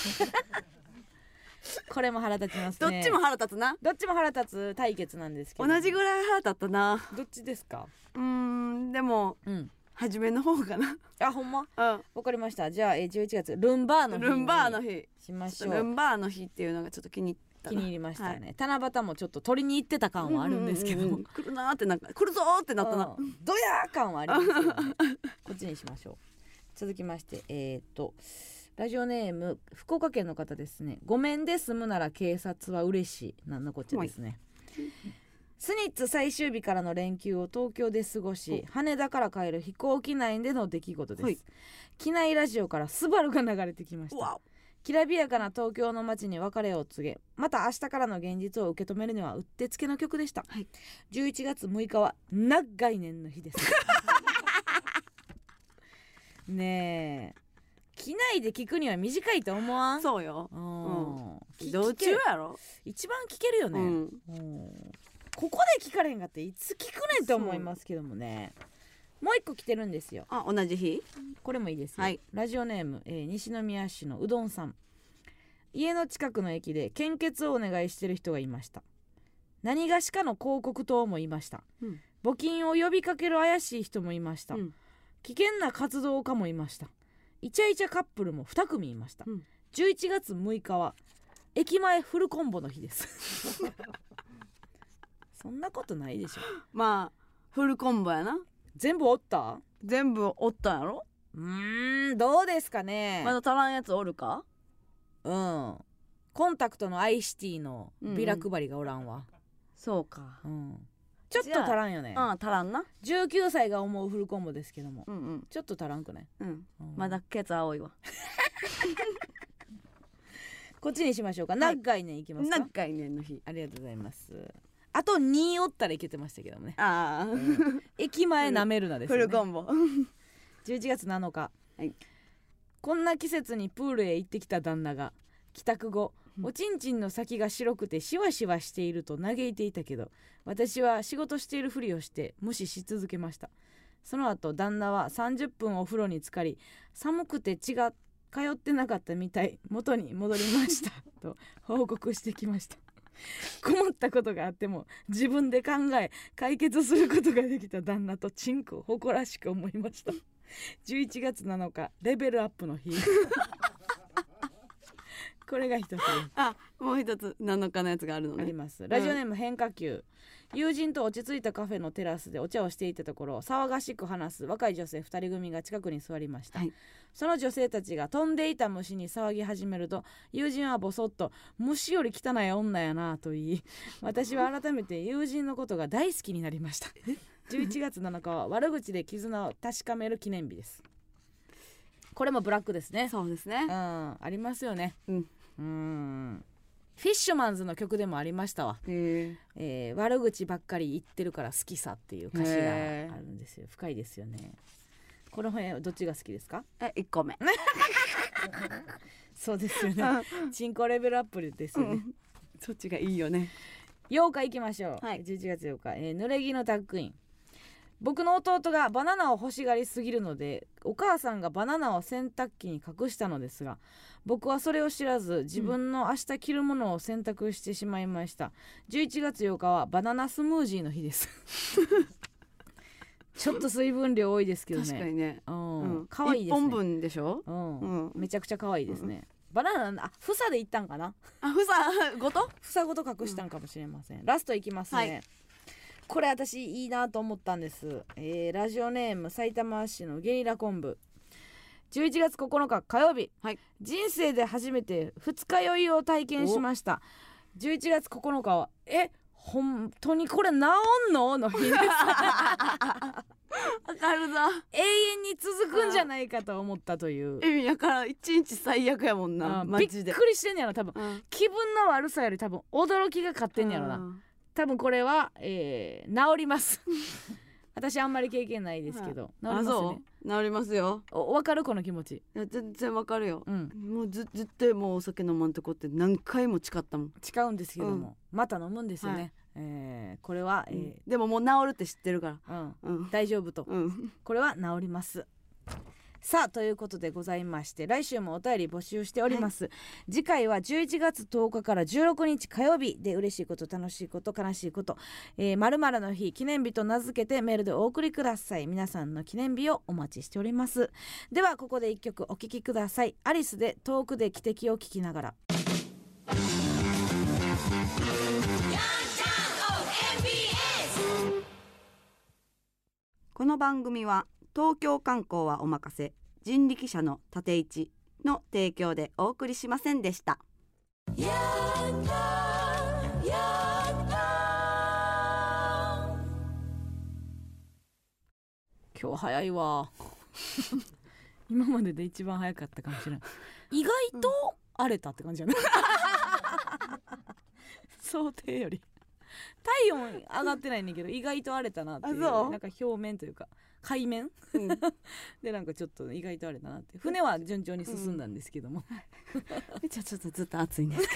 これも腹立ちますね。 どっちも腹立つな。 どっちも腹立つ対決なんですけど、 同じぐらい腹立ったな。 どっちですか？ うーん、でも、うん、初めの方かな。 あ、ほんま？うん。わかりました。じゃあ、えー、じゅういちがつルンバーの日ルンバーの日しましょう。 ルンバーの日っていうのがちょっと気に入った気に入りましたね、はい、七夕もちょっと取りに行ってた感はあるんですけど、うんうんうん、 来るなーってなんか来るぞーってなったな、 うん、ドヤー感はありますよねこっちにしましょう。続きまして、えー、っとラジオネーム福岡県の方ですね。ごめんで済むなら警察は嬉しい。なんのこっちゃですね。スニッツ最終日からの連休を東京で過ごし、羽田から帰る飛行機内での出来事です。機内ラジオからスバルが流れてきました。きらびやかな東京の街に別れを告げ、また明日からの現実を受け止めるにはうってつけの曲でした、はい、じゅういちがつむいかは長い年の日ですねえ、機内で聞くには短いと思わん？ そうよ、うん、移動中やろ一番聞けるよね、うん、ここで聞かれへんかっていつ聞くねんと思いますけどもね。もう一個来てるんですよ。 あ、同じ日？ これもいいですよ、はい、ラジオネーム、えー、西宮市のうどんさん。家の近くの駅で献血をお願いしてる人がいました。何がしかの広告塔もいました、うん、募金を呼びかける怪しい人もいました、うん、危険な活動家もいました。イチャイチャカップルもに組いました、うん、じゅういちがつむいかは駅前フルコンボの日ですそんなことないでしょ。 まあフルコンボやな。 全部おった？ 全部おったんやろ。 うーん、どうですかね。 まだ足らんやつおるか。 うん、コンタクトのアイシティのビラ配りがおらんわ、うんうん、 そうか、 うん、ちょっと足らんよね。 ああ、足らんな。 じゅうきゅうさいが思うフルコンボですけども、うんうん、ちょっと足らんくない？ うん、うん、まだケツ青いわこっちにしましょうか。長い年いきますか。 長い年の日、 ありがとうございます。あとにおったらいけてましたけどもね。 ああ、うん、駅前なめるなですね。 フルコンボじゅういちがつなのか、 はい、 こんな季節にプールへ行ってきた旦那が帰宅後、おちんちんの先が白くてシワシワしていると嘆いていたけど、私は仕事しているふりをして無視し続けました。その後旦那はさんじゅっぷんお風呂に浸かり、寒くて血が通ってなかったみたい、元に戻りましたと報告してきました。困ったことがあっても自分で考え解決することができた旦那とチンコを誇らしく思いました。じゅういちがつなのかレベルアップの日これが一つ。 あ、もう一つなのかのやつがあるのね。 あります。ラジオネーム変化球、うん、友人と落ち着いたカフェのテラスでお茶をしていたところ、騒がしく話す若い女性ふたり組が近くに座りました、はい、その女性たちが飛んでいた虫に騒ぎ始めると、友人はボソッと虫より汚い女やなと言い、私は改めて友人のことが大好きになりましたじゅういちがつなのかは悪口で絆を確かめる記念日です。これもブラックですね。 そうですね、 うん、ありますよね、うん、 うーん、フィッシュマンズの曲でもありましたわ。 へ、 えー、悪口ばっかり言ってるから好きさっていう歌詞があるんですよ。深いですよね。この辺どっちが好きですか？ え、いっこめそうですよねチンコレベルアップですよね、うん、 そっちがいいよね。 ようかいきましょう、はい、じゅういちがつようか、えー、濡れ着のタッグイン。僕の弟がバナナを欲しがりすぎるので、お母さんがバナナを洗濯機に隠したのですが、僕はそれを知らず自分の明日着るものを選択してしまいました、うん、じゅういちがつようかはバナナスムージーの日ですちょっと水分量多いですけどね。 確かにね、 うん、かわいいですね。 いっぽんぶんでしょ、 うんうん、めちゃくちゃかわいいですね、うん、バナナ、あ、房でいったんかな。 あ、房ごと房ごと隠したんかもしれません、うん、ラストいきますね、はい、これ私いいなと思ったんです、えー、ラジオネーム埼玉市のゲリラ昆布。じゅういちがつここのか火曜日、はい、人生で初めて二日酔いを体験しました。じゅういちがつここのかはえ本当にこれ治んのの日ですわかるぞ。 永遠に続くんじゃないかと思ったという。 意味やから一日最悪やもんな、マジでびっくりしてんねやろ多分、うん、気分の悪さより多分驚きが勝ってんねやろな、うん、多分これは、えー、治ります私あんまり経験ないですけど、 はい、治りますね。治りますよ。 お分かるこの気持ち。 いや全然分かるよ、うん、もうず絶対もうお酒飲まんとこって何回も誓ったもん。 誓うんですけども、うん、また飲むんですよね、はい、えー、これは、えーうん、でももう治るって知ってるから、 うんうん、大丈夫と、うん、これは治ります。さあということでございまして、来週もお便り募集しております、はい、次回はじゅういちがつとおかからじゅうろくにち火曜日で、嬉しいこと楽しいこと悲しいこと、えー、〇〇の日記念日と名付けてメールでお送りください。皆さんの記念日をお待ちしております。ではここでいっきょくお聴きください。アリスで遠くで汽笛を聞きながら。 この番組は東京観光はお任せ、人力車の縦一、 の提供でお送りしませんでした。やったやった今日早いわ今までで一番早かったかもしれない。意外と荒れたって感じじゃない、うん、想定より体温上がってないんだけど意外と荒れたなっていう、なんか表面というか海面、うん、でなんかちょっと意外と荒れたなって。船は順調に進んだんですけども、 うん、じゃあちょっとずっと暑いね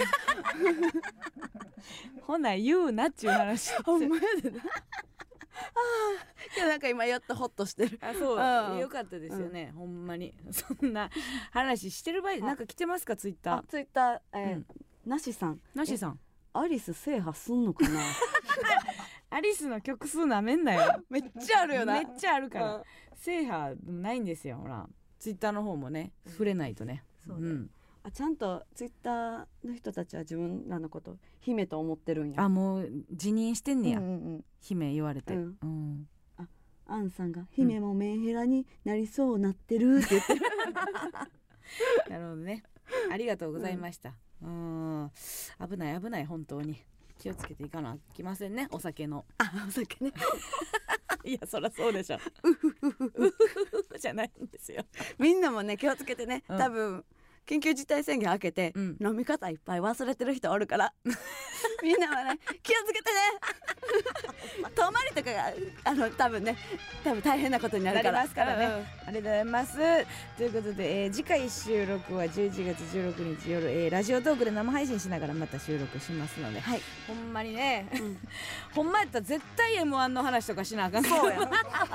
ほな言うなっちゅう話ほんまやでないやなんか今やっとホッとしてる。 あそう、うん、よかったですよね、うん、ほんまにそんな話してる場合なんか来てますかツイッター。 ツイッター、えーうん、なしさんなしさんアリス制覇すんのかなアリスの曲数なめんなよめっちゃあるよな。 めっちゃあるから、うん、制覇ないんですよ。ほらツイッターの方もね触れないとね、 うん、そうだ、うん、あちゃんとツイッターの人たちは自分らのこと姫と思ってるんや。 あもう辞任してんねや、うんうんうん、姫言われて、うんうん、 あアンさんが姫もメンヘラになりそうなってるって言ってる、 うん、なるほどね。ありがとうございました、うん、うん危ない危ない本当に気をつけていかなきませんね。お酒のあお酒ねいやそらそうでしょじゃないんですよ。 みんなもね気をつけてね、うん、多分緊急事態宣言明けて、うん、飲み方いっぱい忘れてる人おるからみんなはね気をつけてね遠回りとかがあの多分ね多分大変なことになるからなりますからね、うん、ありがとうございます。ということで、えー、次回収録はじゅういちがつじゅうろくにち夜、えー、ラジオトークで生配信しながらまた収録しますので、はい、ほんまにね、うん、ほんまやったら絶対 エムワン の話とかしなあかん。そうや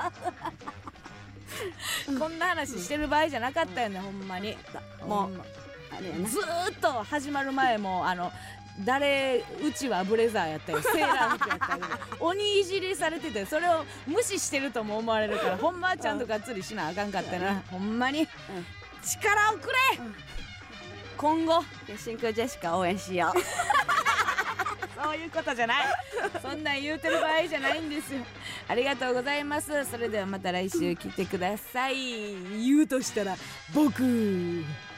こんな話してる場合じゃなかったよね、うん、ほんまに。もうあれずーっと始まる前もあの誰うちはブレザーやったよセーラー服やったよ鬼いじりされててそれを無視してるとも思われるからほんまはちゃんとがっつりしなあかんかったな、うん、ほんまに、うん、力をくれ、うん、今後真空ジェシカ応援しようそういうことじゃないそんなん言うてる場合じゃないんですよ。ありがとうございます。それではまた来週来てください。言うとしたら僕